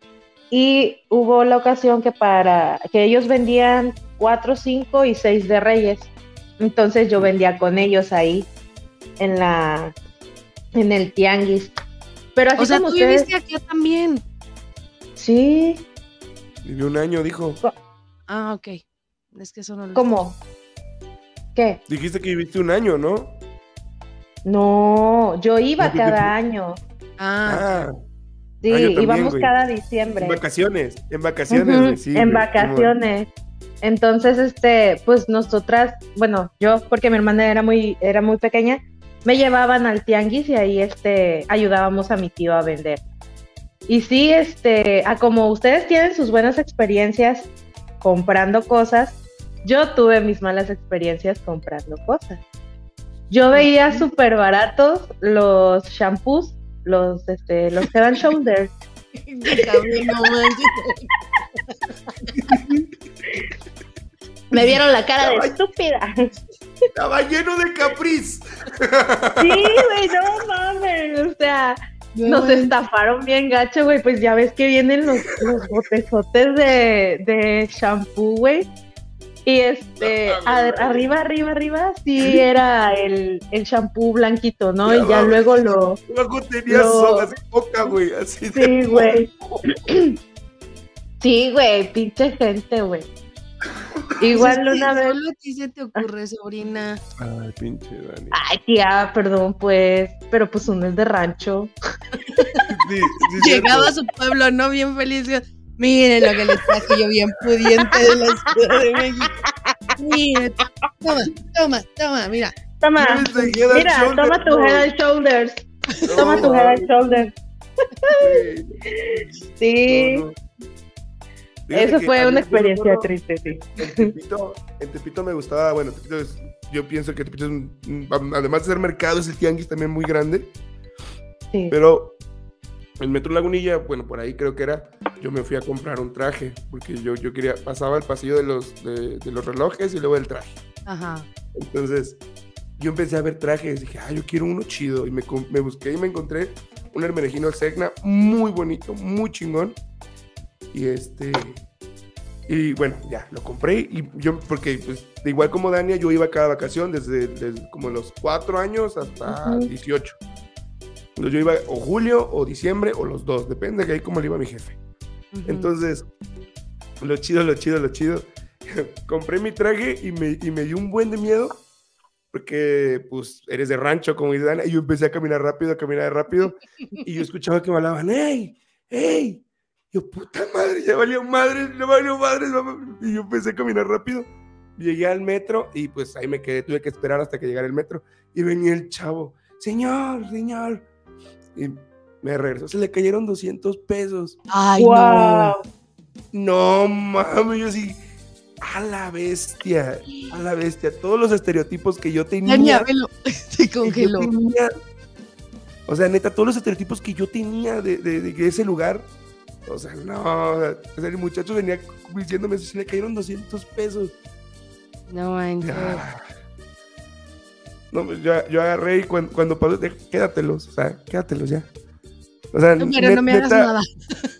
C: Y hubo la ocasión que para que ellos vendían cuatro, cinco y seis de Reyes. Entonces yo vendía con ellos ahí en la en el tianguis. Pero así
A: O sea,
C: como
A: tú
C: ustedes,
A: viviste acá también.
C: sí,
B: Vivió un año, dijo.
A: Ah, ok. Es que eso no lo
C: ¿cómo? ¿Qué?
B: Dijiste que viviste un año, ¿no?
C: No, yo iba
B: No, que-
C: cada año.
A: Ah,
B: Ah,
C: Sí,
B: Ah, yo también,
C: íbamos
B: güey.
C: cada diciembre.
B: en vacaciones. En vacaciones,
C: Ujú,
B: güey, sí,
C: en
B: güey,
C: vacaciones. Entonces, este, pues nosotras, bueno, yo, porque mi hermana era muy, era muy pequeña, me llevaban al tianguis y ahí, este, ayudábamos a mi tío a vender. Y sí, este, a como ustedes tienen sus buenas experiencias comprando cosas, yo tuve mis malas experiencias comprando cosas. Yo veía súper baratos los shampoos, los, este, los Head and Shoulders.
A: cabrón, no manches.
C: Me vieron la cara de
B: Ay.
C: estúpida.
B: Estaba lleno de capriz.
C: Sí, güey, no mames, o sea, nos estafaron bien gacho, güey, pues ya ves que vienen los, los botezotes de, de shampoo, güey, y este, a- arriba, arriba, arriba, sí era el, el shampoo blanquito, ¿no?
B: Ya
C: Y ya
B: va,
C: luego lo,
B: Luego tenía
C: Lo-
B: soda, así poca, güey. Así de
C: sí, güey, sí, güey, pinche gente, güey. Igual
A: Pues es que
C: una vez,
A: Solo a ti se te ocurre, sobrina.
B: Ay, pinche Dani.
C: ay, tía, perdón, pues, pero pues uno es de rancho.
B: Sí, sí,
A: Llegaba a
B: cierto.
A: su pueblo, ¿no? Bien feliz. Miren lo que les traje yo, bien pudiente de la Ciudad de México. Miren, toma, toma, toma, mira.
C: Toma,
B: Tienes de Head and
C: mira,
B: Shoulders,
C: toma tu
B: no.
C: Head and Shoulders.
B: No,
C: Toma tu Head and
B: mames,
C: Shoulders.
B: güey.
C: Sí.
B: No, no. Fíjate
C: Eso
B: que
C: fue
B: a mí,
C: una
B: yo
C: experiencia
B: recuerdo,
C: triste, sí.
B: En Tepito, en Tepito me gustaba, bueno, Tepito es, yo pienso que Tepito es un, un- además de ser mercado, es el tianguis también muy grande,
C: Sí.
B: pero el Metro Lagunilla, bueno, por ahí creo que era, yo me fui a comprar un traje, porque yo, yo quería, pasaba el pasillo de los, de, de los relojes y luego el traje.
A: Ajá.
B: Entonces, yo empecé a ver trajes, dije, ah, yo quiero uno chido, y me, com- me busqué y me encontré un Hermenegildo Segna muy bonito, muy chingón, y este... Y bueno, ya, lo compré y yo, porque pues, de igual como Dania, yo iba cada vacación desde, desde como los cuatro años hasta
C: Ujú.
B: dieciocho. Entonces yo iba o julio o diciembre o los dos, depende de ahí cómo le iba mi jefe.
A: Ujú.
B: Entonces, lo chido, lo chido, lo chido. Compré mi traje y me, y me dio un buen de miedo porque pues eres de rancho como dice Dania, y yo empecé a caminar rápido, a caminar rápido y yo escuchaba que me hablaban, ¡hey! ¡hey! Yo, puta madre, ya valió madre, no valió madre, no. Y yo empecé a caminar rápido. Llegué al metro y pues ahí me quedé, tuve que esperar hasta que llegara el metro. Y venía el chavo, señor, señor. Y me regresó, se le cayeron doscientos pesos.
A: Ay,
C: ¡Wow!
A: no.
B: No mames, yo sí, a la bestia, a la bestia. Todos los estereotipos que yo tenía.
A: Dania, velo. Se
B: que yo
A: congeló.
B: tenía, o sea, neta, todos los estereotipos que yo tenía de, de, de ese lugar. O sea, no, o sea, el muchacho venía diciéndome, se le cayeron doscientos pesos.
A: No manches.
B: Ya. No, pues yo, yo agarré y cuando, cuando pasó, dije, quédatelos, o sea, quédatelos ya. O sea,
A: No, pero
B: net-
A: no me hagas
B: neta,
A: nada.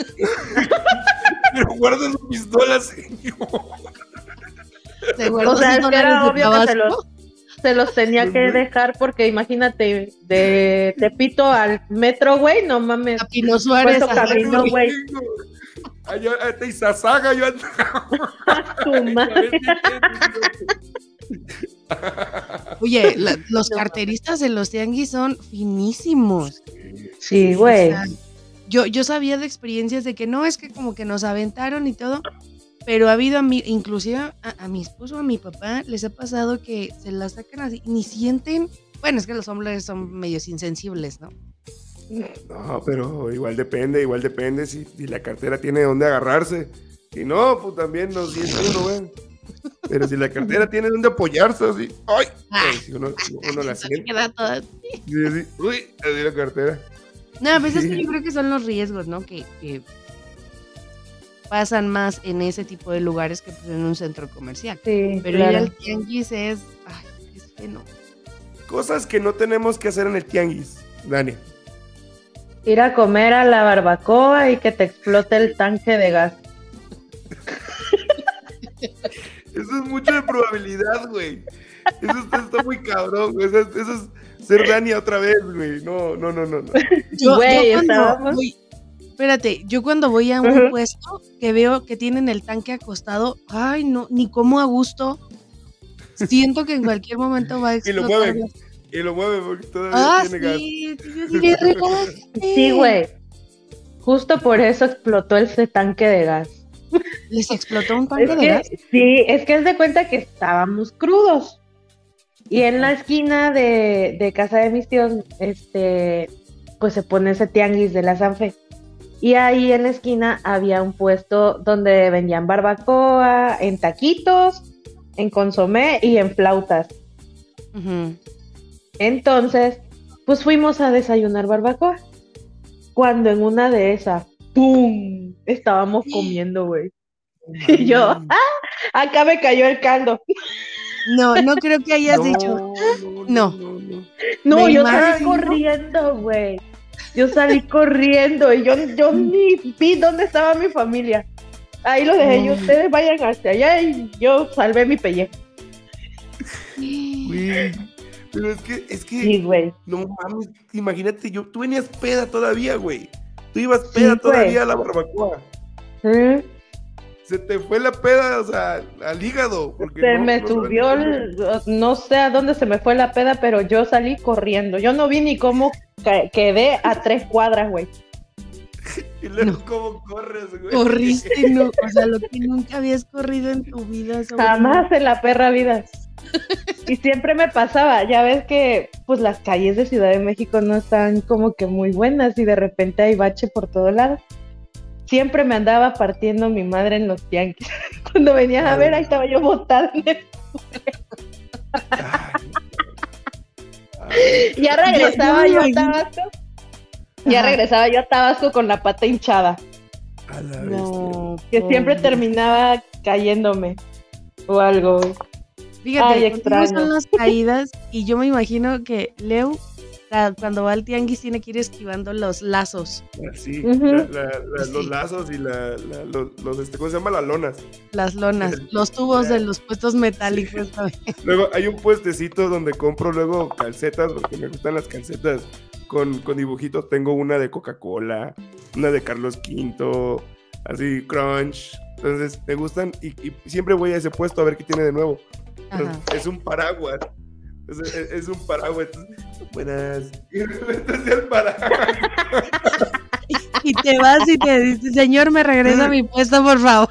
B: pero guarda su pistola, señor.
A: Te guardas
C: O sea,
A: esos
C: es que era
A: dólares de
C: obvio que se
A: Tabasco.
C: los, se los tenía que dejar porque imagínate, de Tepito al metro, güey, no mames.
A: A Pino Suárez.
C: ¿Cuánto
A: ajá.
C: camino, güey?
B: Ay, yo, hasta Izazaga, yo andaba.
C: Tu madre.
A: Oye, la- los carteristas en los tianguis son finísimos.
C: Sí, güey.
A: O sea, yo, yo sabía de experiencias de que no, es que como que nos aventaron y todo, pero ha habido a mí, inclusive a, a mi esposo, a mi papá, les ha pasado que se la sacan así, ni sienten, bueno, es que los hombres son medios insensibles, ¿no?
B: No, pero igual depende, igual depende si, si la cartera tiene dónde agarrarse. Si no, pues también nos siente uno, güey. Pero si la cartera tiene dónde apoyarse, así, ¡ay! Pues, si uno, uno la
A: Se
B: siente,
A: queda toda-
B: sí, así, ¡uy! Así la cartera.
A: No, pues es que
B: Sí.
A: yo creo que son los riesgos, ¿no? Que, que pasan más en ese tipo de lugares que pues, en un centro comercial.
C: Sí,
A: Pero
C: claro.
A: ir al tianguis es, ay, es fenómeno.
B: Cosas que no tenemos que hacer en el tianguis, Dani.
C: Ir a comer a la barbacoa y que te explote el tanque de gas.
B: Eso es mucho de probabilidad, güey. Eso está, está muy cabrón, güey. Eso, es- eso es ser Dani otra vez, güey. No, no, no, no. no.
A: Yo,
C: Güey,
A: yo cuando
C: estábamos-
A: voy, espérate, yo cuando voy a un
C: Ujú.
A: puesto que veo que tienen el tanque acostado, ay no, ni como a gusto. Siento que en cualquier momento va a
B: Y
A: explotar.
B: lo mueven. Y lo mueven porque todavía
A: Ah,
B: tiene gas.
A: sí, sí, yo diré, relájate.
C: Sí, güey. Justo por eso explotó ese tanque de gas.
A: ¿Les explotó un tanque
C: Es
A: de
C: que,
A: gas?
C: sí, es que es de cuenta que estábamos crudos. Y en la esquina de, de casa de mis tíos, este, pues se pone ese tianguis de la Sanfe. Y ahí en la esquina había un puesto donde vendían barbacoa, en taquitos, en consomé y en flautas.
A: Ujú.
C: Entonces, pues fuimos a desayunar barbacoa. Cuando en una de esas, ¡pum! Estábamos comiendo, güey. Y yo, ¡ah! Acá me cayó el caldo.
A: No, no creo que hayas
B: No,
A: dicho.
B: no,
A: No.
B: no, no.
C: No,
A: Me
C: yo salí
A: imagino.
C: corriendo, güey. Yo salí corriendo y yo, yo ni vi dónde estaba mi familia. Ahí lo dejé yo,
A: No.
C: ustedes vayan hacia allá y yo salvé mi pellejo.
B: Güey. Pero es que, es que,
C: Sí, güey.
B: no mames, imagínate, yo, tú venías peda todavía, güey. Tú ibas peda
C: Sí,
B: todavía
C: güey.
B: a la barbacoa.
C: ¿Eh?
B: Se te fue la peda, o sea, al hígado. Porque
C: Se
B: no-
C: me
B: no-
C: subió, el- no sé a dónde se me fue la peda, pero yo salí corriendo. Yo no vi ni cómo ca- quedé a tres cuadras, güey.
B: Y luego,
A: No.
B: ¿cómo corres, güey?
A: Corriste, no, o sea, lo que nunca habías corrido en tu vida. sobrino.
C: Jamás en la perra vida. Y siempre me pasaba, ya ves que pues las calles de Ciudad de México no están como que muy buenas y de repente hay bache por todos lados. siempre me andaba partiendo mi madre en los tianguis. Cuando venías a ver, ahí estaba yo botada en el... Ya regresaba yo a Tabasco. Ya
A: Ajá.
C: regresaba yo a Tabasco con la pata hinchada.
B: A la
A: No,
C: Que siempre
A: pobre.
C: terminaba cayéndome. O algo, güey.
A: Fíjate,
C: Ay,
A: contigo
C: extraño.
A: son las caídas y yo me imagino que Leo, la- cuando va al tianguis, tiene que ir esquivando los lazos,
B: bestia. Sí,
C: Ujú.
B: la- la- la-
A: Sí.
B: los lazos y la, la- los, los, este, ¿cómo se llama? Las lonas.
A: las lonas, los tubos de los puestos metálicos también.
B: Luego hay un puestecito donde compro luego calcetas, porque me gustan las calcetas con, con dibujitos. Tengo una de Coca-Cola, una de Carlos Quinto, así, Crunch. Entonces me gustan y, y siempre voy a ese puesto a ver qué tiene de nuevo. Entonces,
A: Ajá.
B: es un paraguas. Es, es- es un paraguas. Entonces, buenas. Y de repente hacia el paraguas.
A: Y te vas y te dices, señor, me regresa a mi puesto, por favor.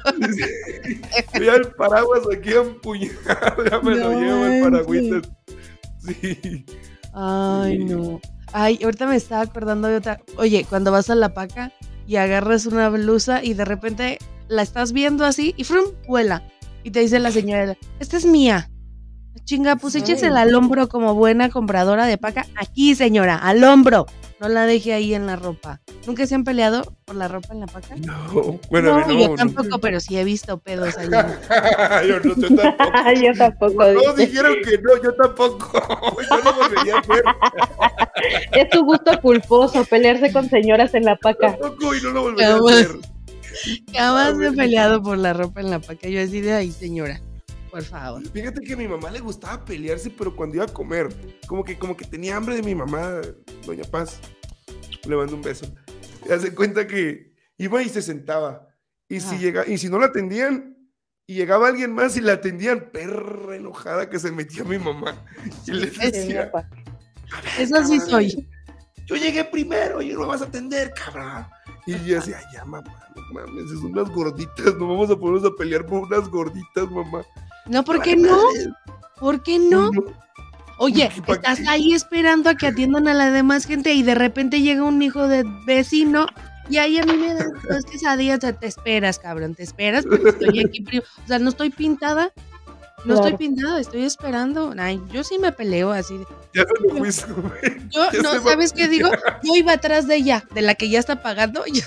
B: Ya el paraguas aquí empuñado. Ya me lo
A: No
B: llevo el
A: manches.
B: paragüitas. Sí.
A: Ay,
B: Sí.
A: no. Ay, ahorita me estaba acordando de otra. Oye, cuando vas a la paca y agarras una blusa y de repente la estás viendo así y frum, vuela. Y te dice la señora, esta es mía. Chinga, pues
C: Ay.
A: échesela al hombro como buena compradora de paca. Aquí, señora, al hombro. No la deje ahí en la ropa. ¿Nunca se han peleado por la ropa en la paca?
B: No, bueno, a
A: No,
B: mí no,
A: yo
B: no.
A: tampoco, pero sí he visto pedos ahí.
B: yo, no, yo tampoco.
C: Yo tampoco.
B: Todos
C: dice.
B: dijeron que no, yo tampoco. Yo no volvería a hacer
C: Es tu gusto culposo pelearse con señoras en la paca.
B: tampoco y no lo volvería a
A: Jamás.
B: hacer.
A: Jamás me he
B: ver.
A: peleado por la ropa en la paca. Yo así de ahí, señora, por favor.
B: Fíjate que a mi mamá le gustaba pelearse, pero cuando iba a comer, como que, como que tenía hambre de mi mamá, doña Paz. Le mando un beso. Y hace cuenta que iba y se sentaba. Y si,
A: Ajá.
B: llega, y si no la atendían, y llegaba alguien más y la atendían, perra enojada que se metía mi mamá. Y le
A: es-
B: decía,
A: Eso sí soy.
B: yo llegué primero y no me vas a atender, cabrón. Y yo decía, "Ay, ya, mamá, no mames, son unas gorditas, no vamos a ponernos a pelear por unas gorditas, mamá.
A: No, ¿por qué no? ¿Por qué no? Oye,
B: ¿Pa'
A: estás
B: qué?
A: ahí esperando a que atiendan a la demás gente y de repente llega un hijo de vecino y ahí a mí me dan dos quesadillas. O sea, te esperas, cabrón, te esperas porque estoy aquí. pri- O sea, no estoy pintada. No
C: Claro.
A: estoy pintada, estoy esperando. Ay, yo sí me peleo así. de-
B: Ya se me fue su güey.
A: Yo,
B: Ya
A: no,
B: se va-
A: ¿sabes qué digo? Yo iba atrás de ella, de la que ya está pagando. y yo-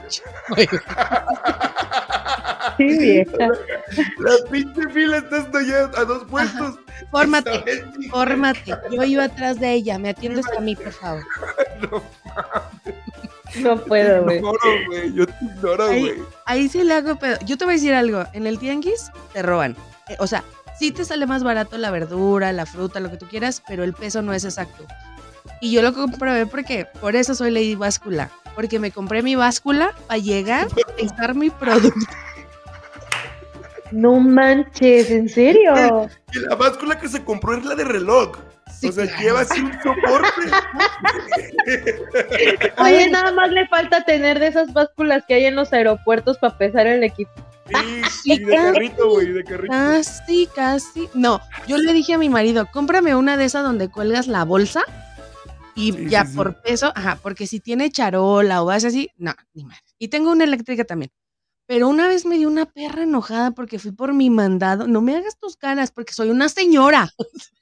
C: Sí, vieja.
B: La pinche fila está hasta allá a dos puestos.
A: Fórmate,
B: ¿Sabes? Sí,
A: fórmate. Yo iba atrás de ella, me atiendes a mí, por favor.
B: no,
C: No puedo,
B: te
C: güey.
B: ignoro, güey. Yo te ignoro,
A: Ahí-
B: güey.
A: Ahí sí le hago pedo. Yo te voy a decir algo. En el tianguis te roban. Eh, o sea, sí te sale más barato la verdura, la fruta, lo que tú quieras, pero el peso no es exacto. Y yo lo comprobé porque por eso soy Lady Báscula. Porque me compré mi báscula para llegar a pesar mi producto.
C: No manches, ¿en serio?
B: Y la báscula que se compró es la de reloj.
A: Sí,
B: o sea,
A: claro.
B: lleva así un soporte.
C: Oye, nada más le falta tener de esas básculas que hay en los aeropuertos para pesar el equipo.
B: Sí,
A: Sí,
B: y de carrito, güey, de carrito.
A: Casi, casi. No, yo le dije a mi marido, cómprame una de esas donde cuelgas la bolsa y
B: Sí,
A: ya
B: sí, sí.
A: por peso, ajá, porque si tiene charola o vas así, no, ni madre. Y tengo una eléctrica también. Pero una vez me dio una perra enojada porque fui por mi mandado. No me hagas tus caras porque soy una señora.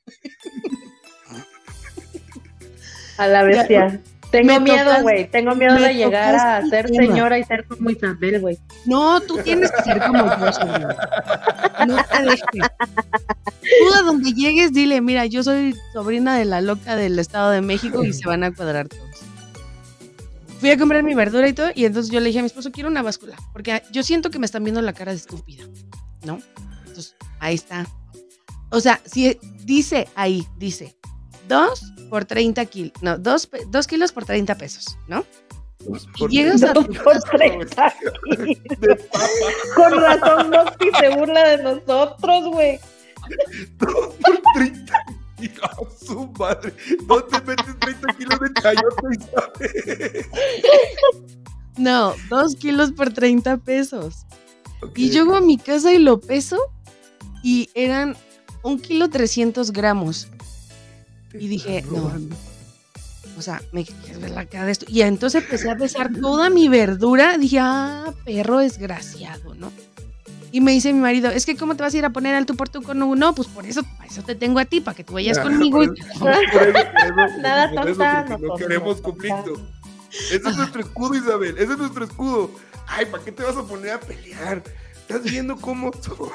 C: A la bestia. Tengo
A: me
C: miedo,
A: tocas-
C: güey. Tengo miedo
A: me
C: de llegar a
A: tocaste
C: ser
A: el tema.
C: señora y ser como Isabel, güey.
A: No, tú tienes que ser como yo, señora. No te dejes. Tú a donde llegues, dile, mira, yo soy sobrina de la loca del Estado de México y se van a cuadrar todos. Fui a comprar mi verdura y todo, y entonces yo le dije a mi esposo, quiero una báscula, porque yo siento que me están viendo la cara de estúpida, ¿no? Entonces, ahí está. O sea, si dice ahí, dice, dos por treinta kilos, no, dos, pe- dos kilos por treinta pesos, ¿no?
B: Por-
A: llegas a
C: Dos
A: tu
C: por treinta.
B: de papa.
C: Con razón, Mosty se burla de nosotros, güey.
B: Dos por treinta. Y a su madre. No te metes treinta kilos de chayote, Isabel.
A: No, dos kilos por treinta pesos.
B: Ok.
A: Y llego a mi casa y lo peso y eran un kilo trescientos gramos.
B: Te
A: y dije,
B: están
A: no.
B: robando.
A: O sea, me quieres ver la cara de esto. Y entonces empecé a besar toda mi verdura. Dije, ah, perro desgraciado, ¿no? Y me dice mi marido, es que ¿cómo te vas a ir a poner al tú por tú con uno? No, pues por eso, para eso te tengo a ti, para que tú vayas
B: Ah,
A: conmigo.
B: por eso- por eso queremos-
C: Nada
B: por eso,
C: tonta,
B: porque
C: no
B: no queremos
C: tonta.
B: conflicto. Ese es nuestro escudo, Isabel. Ese es nuestro escudo. Ay, ¿para qué te vas a poner a pelear? ¿Estás viendo cómo son?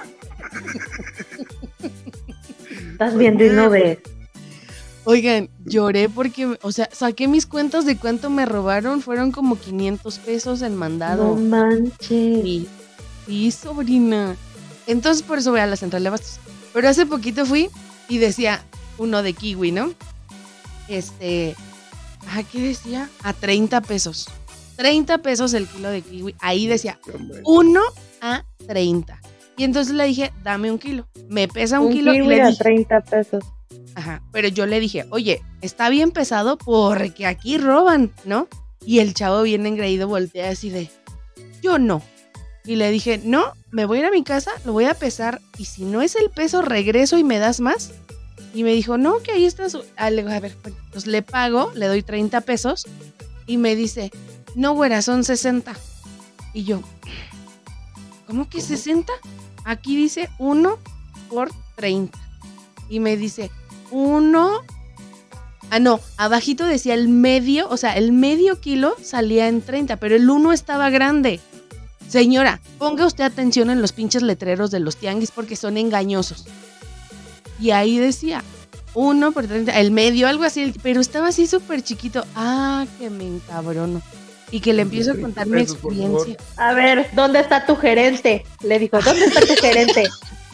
C: Estás viendo y no ves.
A: Oigan, lloré porque, o sea, saqué mis cuentas de cuánto me robaron. Fueron como quinientos pesos el
C: No
A: mandado.
C: manches.
A: Sí, sí, sobrina. Entonces por eso voy a la central de abastos. Pero hace poquito fui y decía uno de kiwi, ¿no? Este, ¿a qué decía? A treinta pesos. treinta pesos el kilo de kiwi. Ahí decía uno a treinta. Y entonces le dije, dame un kilo. Me pesa un,
C: Un
A: kilo y
C: kiwi
A: le
C: a
A: dije,
C: treinta pesos.
A: ajá, pero yo le dije, oye, está bien pesado porque aquí roban, ¿no? Y el chavo bien engreído voltea así de, yo no. Y le dije, no, me voy a ir a mi casa, lo voy a pesar y si no es el peso regreso y me das más. Y me dijo, no, que ahí está su... Ah, le digo, a ver, bueno, pues le pago, le doy treinta pesos y me dice, no, güera, son sesenta. Y yo, ¿cómo que sesenta? Aquí dice uno por treinta. Y me dice, uno... Ah, no, abajito decía el medio, o sea, el medio kilo salía en treinta, pero el uno estaba grande. Señora, ponga usted atención en los pinches letreros de los tianguis porque son engañosos. Y ahí decía, uno por treinta, el medio, algo así, pero estaba así súper chiquito. Ah, que me encabrono. Y que le empiezo a contar mi
B: Pesos, por favor.
A: experiencia.
C: A ver, ¿dónde está tu gerente? Le dijo, ¿dónde está tu gerente?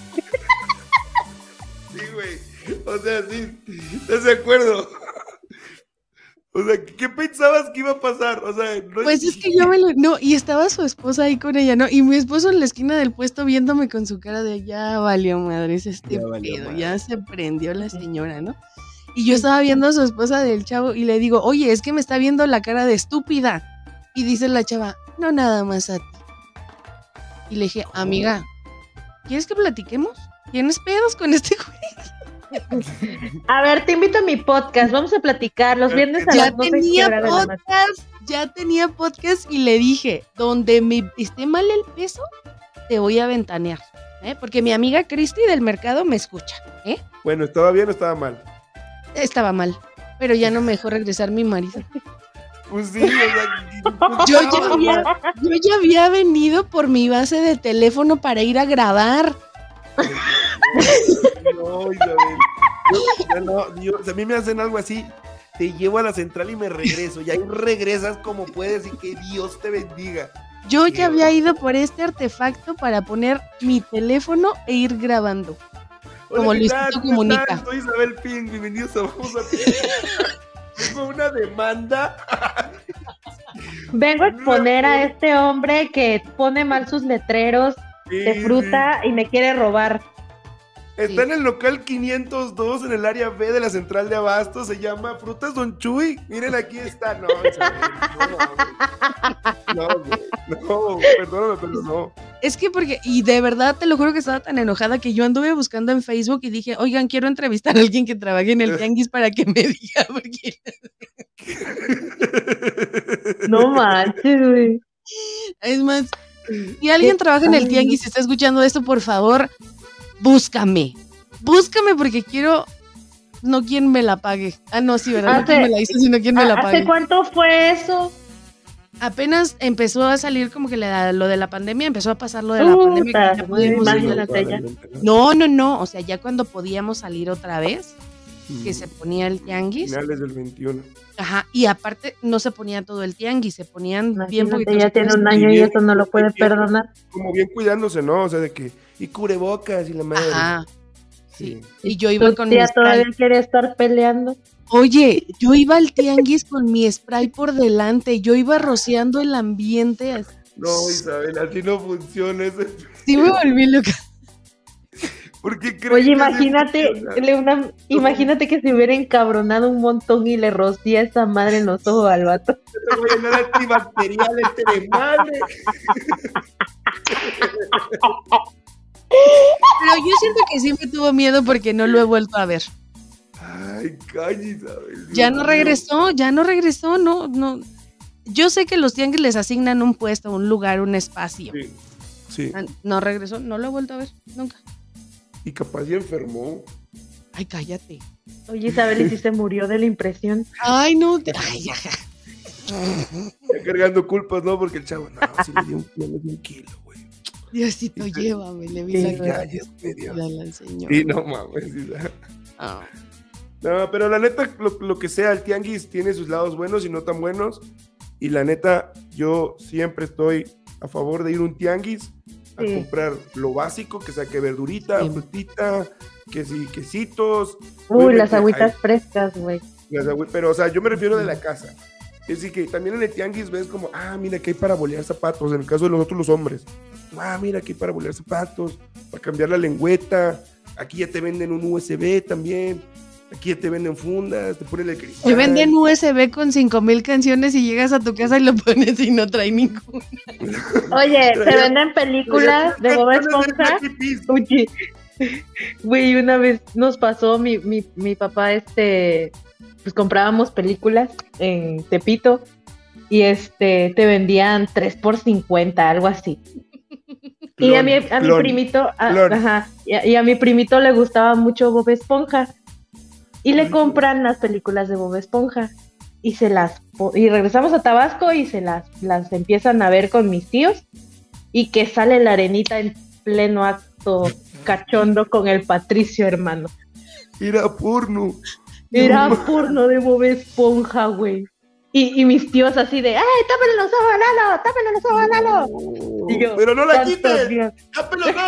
B: Sí, güey. O sea, sí. ¿Estás de acuerdo? O sea, ¿qué pensabas que iba a pasar? O sea, no
A: Pues es que yo me lo... No, y estaba su esposa ahí con ella, ¿no? Y mi esposo en la esquina del puesto viéndome con su cara de ya valió madres este
B: Ya valió
A: pedo,
B: madre.
A: ya se prendió la señora, ¿no? Y yo estaba viendo a su esposa del chavo y le digo, oye, es que me está viendo la cara de estúpida. Y dice la chava, no nada más a ti. Y le dije, amiga, ¿quieres que platiquemos? ¿Tienes pedos con este güey?
C: A ver, te invito a mi podcast, vamos a platicar los viernes a
A: Ya
C: las doce
A: tenía
C: de la noche.
A: podcast, ya tenía podcast y le dije, donde me esté mal el peso, te voy a ventanear, ¿eh? Porque mi amiga Cristi del mercado me escucha, ¿eh?
B: Bueno, ¿estaba bien o estaba mal?
A: Estaba mal, pero ya no me dejó regresar mi marido.
B: Pues sí, o sea...
A: Yo ya había, yo ya había venido por mi base de teléfono para ir a grabar.
B: No, Isabel. Yo, ya no, yo- si a mí me hacen algo así, te llevo a la central y me regreso. Y ahí regresas como puedes y que Dios te bendiga.
A: Yo ya había ido por este artefacto para poner mi teléfono e ir grabando.
B: Hola,
A: Como
B: ¿qué
A: Luisito
B: tal? ¿Cómo
A: Comunica.
B: están? Soy Isabel Pin, bienvenidos a Vamos a Tengo una demanda.
C: Vengo a exponer a este hombre que pone mal sus letreros de
B: Sí,
C: fruta y me quiere robar.
B: sí. Está en el local quinientos dos en el área B de la central de Abasto. Se llama Frutas Don Chuy. Miren, aquí está. No, Isabel, no, no, güey. No, perdóname, pero no.
A: Es que porque, y de verdad te lo juro que estaba tan enojada que yo anduve buscando en Facebook y dije, oigan, quiero entrevistar a alguien que trabaje en el tianguis para que me diga, porque
C: No manches, güey.
A: es más, si alguien trabaja en el tianguis y está escuchando esto, por favor, búscame, búscame porque quiero, no quien me la pague. Ah, no, sí, ¿verdad? No
C: Hace-
A: quien me la hizo, sino quien me la
C: ¿Hace
A: pague.
C: cuánto fue eso?
A: Apenas empezó a salir como que la- lo de la pandemia, empezó a pasar lo de la
C: Puta,
A: pandemia. Que ya pudimos
C: madre,
A: ir a la-
C: imagínate ya.
A: No, no, no, o sea, ya cuando podíamos salir otra vez, que se ponía el tianguis.
B: Finales del veintiuno.
A: Ajá, y aparte no se ponía todo el tianguis, se ponían bien
C: Imagínate,
A: poquitos.
C: ya tiene un año y eso no lo puede perdonar.
B: Como bien cuidándose, ¿no? O sea, de que. Y cubrebocas y la madre.
A: Ajá, sí.
B: Sí.
A: Y yo iba
C: Tu
A: con mi
C: tía
A: spray.
C: todavía quiere estar peleando.
A: Oye, yo iba al tianguis con mi spray por delante, yo iba rociando el ambiente. así.
B: No, Isabel, así no funciona. Eso.
A: Sí me volví loca.
B: ¿Por qué crees
C: Oye,
B: que
C: imagínate,
B: así funciona?
C: le una- imagínate que se hubiera encabronado un montón y le rocía esa madre en los ojos al vato.
B: Te voy a llenar antibacterial este de madre.
A: Pero yo siento que sí me tuvo miedo porque no lo he vuelto a ver.
B: Ay, calle, Isabel.
A: Ya no regresó, ya no regresó, no, no. Yo sé que los tianguis les asignan un puesto, un lugar, un espacio.
B: Sí, sí.
A: No regresó, no lo he vuelto a ver, nunca.
B: Y capaz ya enfermó.
A: Ay, cállate.
C: Oye, Isabel, ¿y si se murió de la impresión?
A: Ay, no. Te... Ay, ya.
B: Ya cargando culpas, ¿no? Porque el chavo, no, sí le dio un, le dio un kilo, güey.
A: Diosito,
B: Sí,
A: llévame, le
B: Sí,
A: vi
B: ya, ya es medio.
A: al señor.
B: Sí, no mames. Sí,
A: Ah.
B: no, pero la neta, lo, lo que sea, el tianguis tiene sus lados buenos y no tan buenos. Y la neta, yo siempre estoy a favor de ir a un tianguis a
C: Sí.
B: comprar lo básico, que sea que verdurita,
A: Sí.
B: frutita, que sí, quesitos.
C: Uy,
B: Obviamente,
C: las agüitas
B: hay-
C: frescas, güey.
B: las agü- pero, o sea, yo me refiero de la casa. Es decir, que también en el tianguis ves como, ah, mira, que hay para bolear zapatos, en el caso de nosotros los hombres. Ah, mira, que hay para bolear zapatos, para cambiar la lengüeta. Aquí ya te venden un U S B también. Aquí ya te venden fundas, te ponen el cristal.
A: Te venden U S B con cinco mil canciones y llegas a tu casa y lo pones y no trae ninguna.
C: Oye, te
B: Traía-
C: venden películas de Bob Esponja. Oye, güey, una vez nos pasó, mi, mi, mi papá, este, pues comprábamos películas en Tepito y este, te vendían tres por cincuenta, algo así. Y a mi, a mi
B: Clon,
C: primito, a,
B: clon.
C: ajá, y, a, y a mi primito le gustaba mucho Bob Esponja. Y le compran las películas de Bob Esponja. Y se las po- y regresamos a Tabasco y se las, las empiezan a ver con mis tíos. Y que sale la arenita en pleno acto cachondo con el Patricio, hermano.
B: Era porno.
C: Era
B: No,
C: porno de Bob Esponja, güey. Y, y mis tíos así de, ¡ay, tápenle los ojos a Lalo! ¡Tápenle los ojos a Lalo! Y yo,
B: pero no la
C: "Santo
B: quites.
C: Dios".
B: Tápelo, no,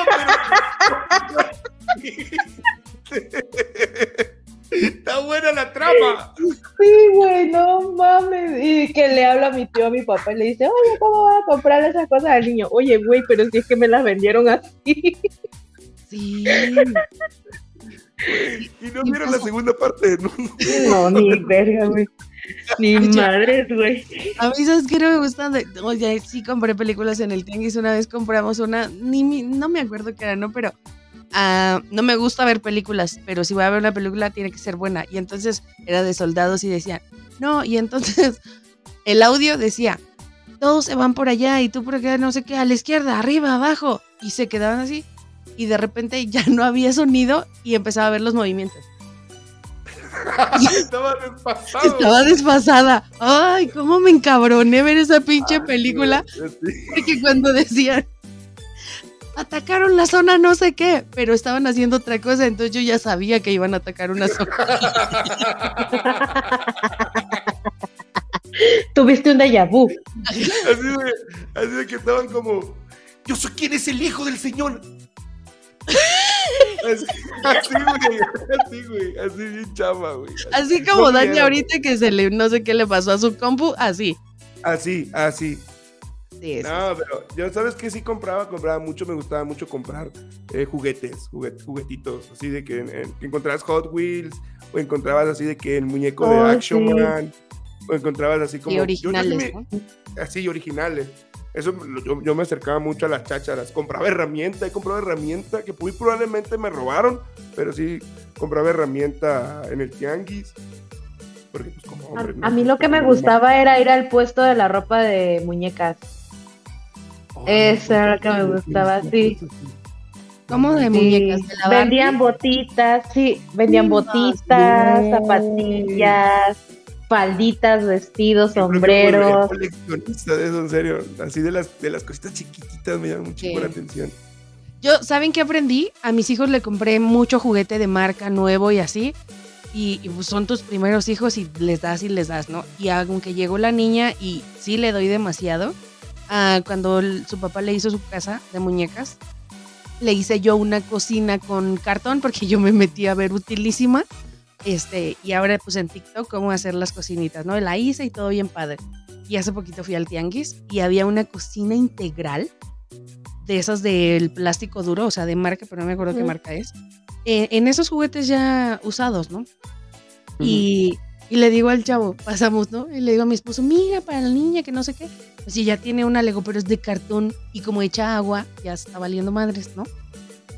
B: pero... Está buena la trama.
C: Sí, güey, no mames. Y que le habla a mi tío, a mi papá, y le dice, oye, ¿cómo vas a comprar esas cosas al niño? Oye, güey, pero si es que me las vendieron así.
A: Sí.
B: Y no vieron la segunda parte. No,
C: No,
B: no.
C: ni verga, güey. Ni madres, güey.
A: A mí, ¿sabes qué no me gustan? De, oye, sí compré películas en el tianguis. Una vez compramos una, ni mi- no me acuerdo qué era, ¿no? Pero ah, no me gusta ver películas, pero si voy a ver una película tiene que ser buena. Y entonces era de soldados y decían, no, y entonces el audio decía, todos se van por allá y tú por acá, no sé qué, a la izquierda, arriba, abajo. Y se quedaban así. Y de repente ya no había sonido y empezaba a ver los movimientos.
B: Estaba despasado.
A: Estaba desfasada. Ay, cómo me encabroné ver esa pinche película. Porque cuando decían, atacaron la zona no sé qué, pero estaban haciendo otra cosa, entonces yo ya sabía que iban a atacar una zona.
C: Tuviste un déjà vu.
B: Así de, así de que estaban como, yo soy quien es el hijo del señor. Así, así, güey, así, güey, así bien chama, güey.
A: Así como
B: No
A: Dani
B: quiero.
A: ahorita que se le, no sé qué le pasó a su compu, así.
B: Así, así.
A: Sí, sí.
B: No, pero yo, ¿sabes qué? Sí compraba, compraba mucho, me gustaba mucho comprar eh, juguetes, juguet- juguetitos, así de que, en- en- que encontrabas Hot Wheels, o encontrabas así de que el muñeco de
C: Oh,
B: Action
C: sí.
B: Man, o encontrabas así como...
A: Y
B: yo-
A: originales,
B: yo,
A: ¿no?
B: me- así, originales. Eso, lo- yo, yo me acercaba mucho a las chácharas, compraba herramienta, he comprado herramienta que muy probablemente me robaron, pero sí compraba herramienta en el tianguis. Porque pues como
C: A,
B: hombre... ¿no?
C: a mí lo que me gustaba era ir al puesto de la ropa de muñecas. Eso era lo que me gustaba, sí.
A: ¿Cómo de
C: Sí,
A: muñecas? ¿De la Barbie?
C: vendían botitas, sí, vendían botitas,
A: sí.
C: zapatillas, falditas, vestidos,
B: Yo creo que me volvería
C: sombreros.
B: coleccionista de eso, en serio. Así de las, de las cositas chiquititas me llama mucho
A: Sí.
B: la atención.
A: Yo, ¿saben qué aprendí? A mis hijos le compré mucho juguete de marca nuevo y así. Y, y, pues son tus primeros hijos y les das y les das, ¿no? Y aunque llegó la niña y sí le doy demasiado, ah, cuando el- su papá le hizo su casa de muñecas, le hice yo una cocina con cartón porque yo me metí a ver Utilísima. Este, y ahora pues en TikTok cómo hacer las cocinitas, ¿no? La hice y todo bien padre. Y hace poquito fui al tianguis y había una cocina integral de esas del plástico duro, o sea, de marca, pero no me acuerdo qué
C: Ujú.
A: marca es. Eh, en esos juguetes ya usados, ¿no? Y, y le digo al chavo, pasamos, ¿no? Y le digo a mi esposo, mira, para la niña, que no sé qué. Pues si ya tiene una Lego, pero es de cartón y como echa agua, ya está valiendo madres, ¿no?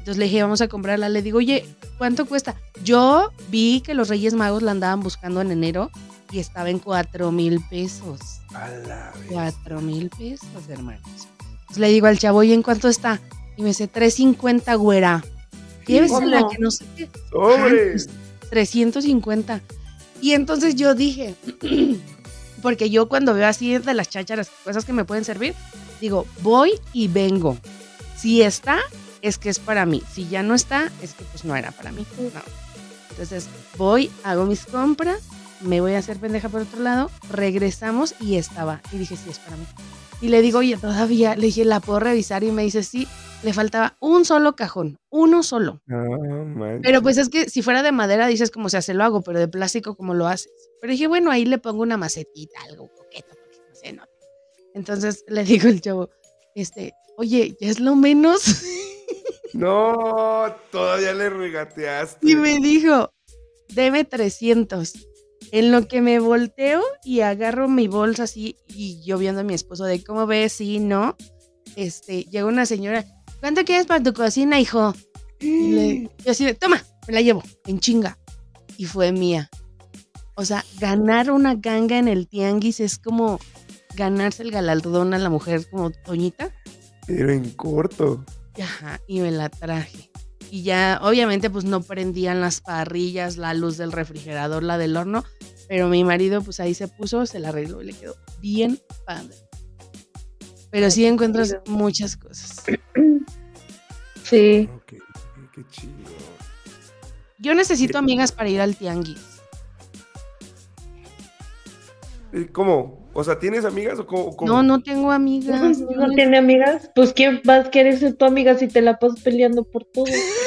A: Entonces le dije, vamos a comprarla. Le digo, oye, ¿cuánto cuesta? Yo vi que los Reyes Magos la andaban buscando en enero y estaba en cuatro mil pesos.
B: A la vez.
A: Cuatro mil pesos, hermanos. Entonces le digo al chavo, oye, ¿en cuánto está? Y me dice, tres cincuenta, güera. Llévesela,
C: ¿Cómo?
A: que no sé qué.
B: ¡Sobre!
A: Ah, pues, trescientos cincuenta. Y entonces yo dije, porque yo cuando veo así de las chácharas, cosas que me pueden servir, digo, voy y vengo. Si está, es que es para mí. Si ya no está, es que pues no era para mí. No. Entonces voy, hago mis compras, me voy a hacer pendeja por otro lado, regresamos y estaba. Y dije, sí, es para mí. Y le digo, oye, todavía, le dije, ¿la puedo revisar? Y me dice, sí, le faltaba un solo cajón, uno solo.
B: No, man.
A: Pero pues es que si fuera de madera dices como se hace, lo hago, pero de plástico como lo haces. Pero dije, bueno, ahí le pongo una macetita, algo coqueto, porque no sé, no. Entonces le digo al chavo, este, oye, ya es lo menos.
B: No, todavía le regateaste.
A: Y me dijo, deme trescientos. En lo que me volteo y agarro mi bolsa así, y yo viendo a mi esposo de cómo ves, sí, no. Este, llega una señora, ¿cuánto quieres para tu cocina, hijo? Y le, yo así de, toma, me la llevo, en chinga. Y fue mía. O sea, ganar una ganga en el tianguis es como ganarse el galardón a la mujer como Toñita.
B: Pero en corto.
A: Ajá, y me la traje. Y ya, obviamente, pues no prendían las parrillas, la luz del refrigerador, la del horno, pero mi marido, pues ahí se puso, se la arregló y le quedó bien padre. Pero sí encuentras muchas cosas.
C: Sí.
B: Ok, qué chido.
A: Yo necesito amigas para ir al tianguis.
B: Eh, ¿Cómo? O sea, ¿tienes amigas o cómo? cómo?
A: No, no tengo amigas. Yo
C: ¿No
A: ne-
C: tiene amigas? Pues ¿quién va a querer ser tu amiga si te la pasas peleando por todo?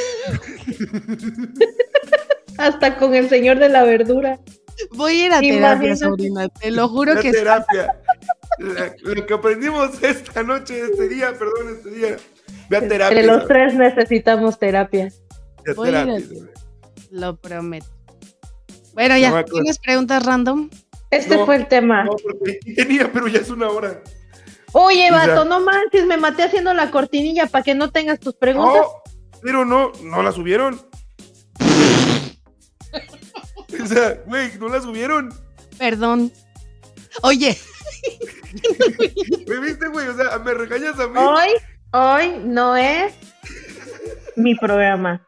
C: Hasta con el señor de la verdura.
A: Voy a ir a terapia,
C: Imagínate.
A: sobrina. Te lo juro
B: La
A: que
B: terapia. La- lo que aprendimos esta noche, este día, perdón, este día. Ve a terapia.
C: Entre los tres necesitamos terapia.
B: Ve a
A: voy a ir a-
B: terapia.
A: lo prometo. Bueno, ya,
B: Chamacos.
A: ¿tienes preguntas random?
C: Este
B: No,
C: fue el tema.
B: No, porque tenía, pero ya es una hora.
C: Oye,
B: O sea-
C: vato, no manches, me maté haciendo la cortinilla para que no tengas tus preguntas.
B: No, pero no, no la subieron. O sea, güey, no la subieron.
A: Perdón. Oye,
B: ¿Me viste, güey? O sea, me regañas a mí.
C: Hoy, hoy no es mi programa.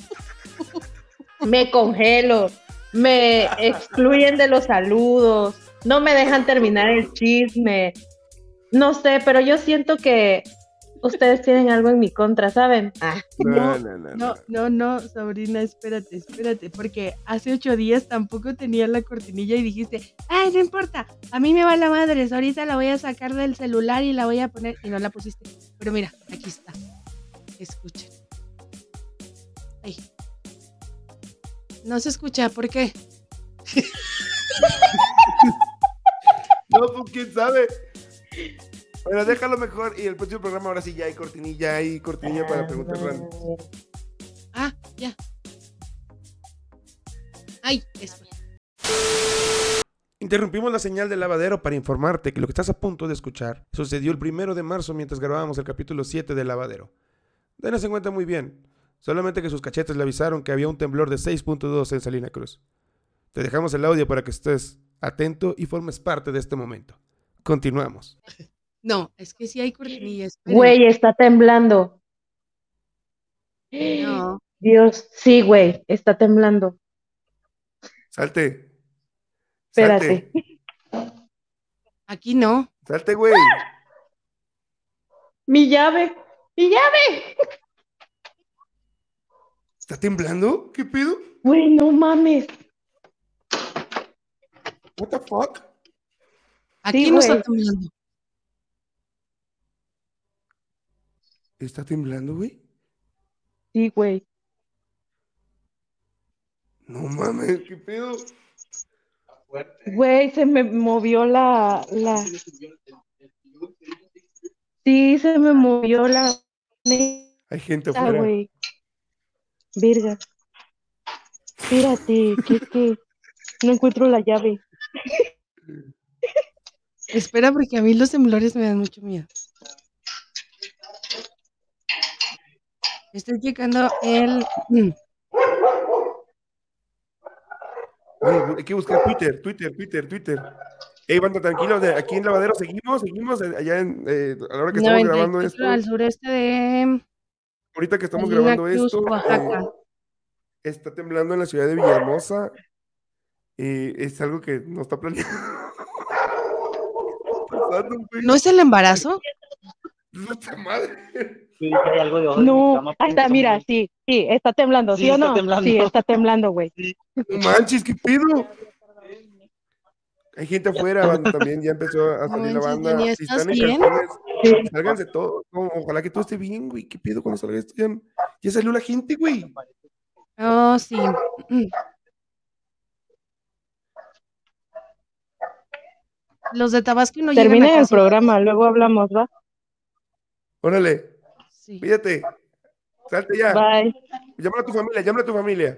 C: Me congelo, me excluyen de los saludos, no me dejan terminar el chisme. No sé, pero yo siento que ustedes tienen algo en mi contra, ¿saben? Ah,
B: No, no, no.
A: no, no, no, sobrina, espérate, espérate, porque hace ocho días tampoco tenía la cortinilla y dijiste, ay, no importa, a mí me va la madre, ahorita la voy a sacar del celular y la voy a poner, y no la pusiste. Pero mira, aquí está, escuchen. Ay. No se escucha, ¿por qué?
B: No, pues quién sabe. Bueno, déjalo mejor. Y el próximo programa ahora sí ya hay cortinilla, hay cortinilla para preguntas random.
A: Ah, ya. Ay, espera.
B: Interrumpimos la señal del lavadero para informarte que lo que estás a punto de escuchar sucedió el primero de marzo mientras grabábamos el capítulo siete del lavadero. Denos en cuenta muy bien, solamente que sus cachetes le avisaron que había un temblor de seis punto dos en Salina Cruz. Te dejamos el audio para que estés atento y formes parte de este momento. Continuamos.
A: No, es que sí hay cortinilla, esperen.
C: güey, está temblando.
A: No.
C: Dios, sí, güey, está temblando.
B: Salte.
C: Espérate.
B: Salte,
A: Aquí no.
B: Salte, güey.
C: Mi llave, mi llave.
B: ¿Está temblando? ¿Qué pedo?
C: Güey, no mames.
B: What the fuck?
A: Aquí
C: Sí,
A: no
C: güey.
A: está temblando.
B: ¿Está temblando, güey?
C: Sí, güey.
B: No mames, ¿qué pedo?
C: Güey, se me movió la, la... Sí, se me movió la...
B: Hay gente
C: Ah,
B: afuera.
C: güey. Virga. Espérate, ¿qué, qué? No encuentro la llave.
A: Espera, porque a mí los temblores me dan mucho miedo. Estoy checando el...
B: Oye, hay que buscar Twitter, Twitter, Twitter, Twitter. Ey, banda, tranquilos, de aquí en Lavadero seguimos, seguimos eh, allá en, eh, a la hora que estamos grabando esto.
A: Al sureste de...
B: Ahorita que estamos
A: Salina
B: grabando
A: Cruz,
B: esto,
A: Oaxaca.
B: eh, está temblando en la ciudad de Villahermosa. Eh, es algo que no está planeado. Pasando, güey.
A: ¿No es el embarazo?
B: Puta madre.
F: Sí, hay algo de ojo.
C: No, ahí está, mira, sí, sí, está temblando, ¿sí,
F: Sí,
C: o
F: está
C: no?
F: temblando.
C: Sí, está temblando, güey.
B: No manches, ¿qué pedo? Hay gente afuera, banda, también ya empezó a salir la
A: Manches,
B: banda.
A: Dani,
B: Si
A: ¿estás
B: están en
A: bien?
B: calzones, sálganse todos. No, ojalá que todo esté bien, güey. ¿Qué pedo cuando salga esto? Ya, ya salió la gente, güey.
A: Oh, sí. Los de Tabasco no llegan
C: Terminen
A: a
C: el
A: casa.
C: programa, luego hablamos, ¿va?
B: Órale,
A: Sí.
B: cuídate. Salte ya.
C: Bye.
B: Llámala a tu familia, llámala a tu familia.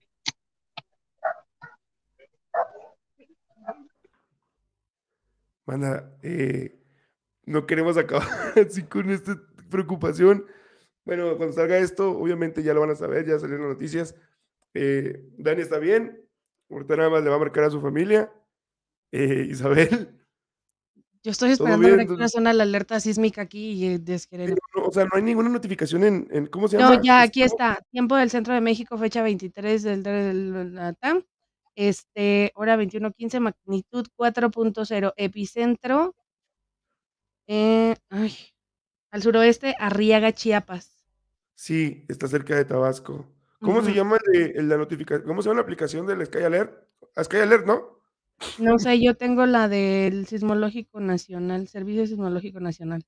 B: Manda, eh, no queremos acabar así con esta preocupación. Bueno, cuando salga esto, obviamente ya lo van a saber, ya salieron las noticias. Eh, Dani está bien, ahorita nada más le va a marcar a su familia. Eh, Isabel,
A: Yo estoy
B: todo
A: esperando
B: bien,
A: ahora que
B: entonces-
A: una zona la alerta sísmica aquí y eh, desquerer.
B: no, o sea, no hay ninguna notificación en, en- ¿cómo se llama?
A: No, ya aquí
B: Este,
A: está. Tiempo del Centro de México, fecha veintitrés del, del, del- la T A M. Este, hora veintiuno quince, magnitud cuatro punto cero, epicentro eh, ay, al suroeste, Arriaga, Chiapas.
B: Sí, está cerca de Tabasco. ¿Cómo se
A: Ujú.
B: llama el de- el la notificación? ¿Cómo se llama la aplicación del Sky Alert? Ah, Sky Alert, ¿no?
A: No sé, yo tengo la del Sismológico Nacional, Servicio Sismológico Nacional.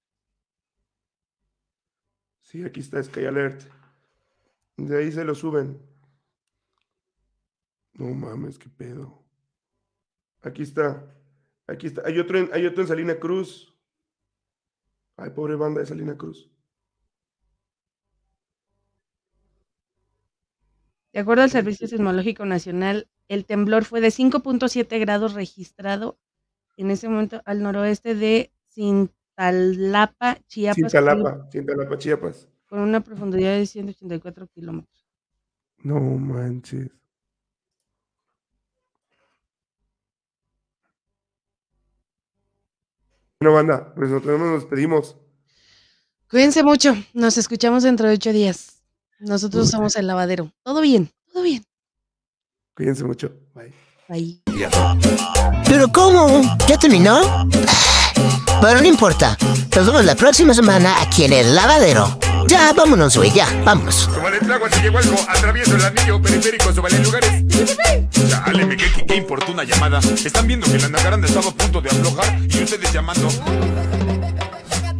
B: Sí, aquí está Sky Alert. De ahí se lo suben. No mames, qué pedo. Aquí está. Aquí está. Hay otro en, hay otro en Salina Cruz. Ay, pobre banda de Salina Cruz.
A: De acuerdo al Servicio Sismológico Nacional, el temblor fue de cinco punto siete grados registrado en ese momento al noroeste de Cintalapa, Chiapas, con,
B: Cintalapa, Cintalapa, Chiapas.
A: con una profundidad de ciento ochenta y cuatro kilómetros.
B: No manches. Bueno, banda, pues nosotros nos despedimos.
A: Cuídense mucho, nos escuchamos dentro de ocho días. Nosotros somos el lavadero. Todo bien, todo bien.
B: Cuídense mucho. Bye.
A: Bye.
H: ¿Pero cómo? ¿Ya terminó? Pero no importa. Nos vemos la próxima semana aquí en El Lavadero. Ya, vámonos, güey, ya, vámonos.
G: Como de Tláhuac se llegó algo, atravieso el anillo periférico, sobre lugares. Dale, me qué, qué importuna llamada. Están viendo que la nacaranda estaba a punto de aflojar y ustedes llamando.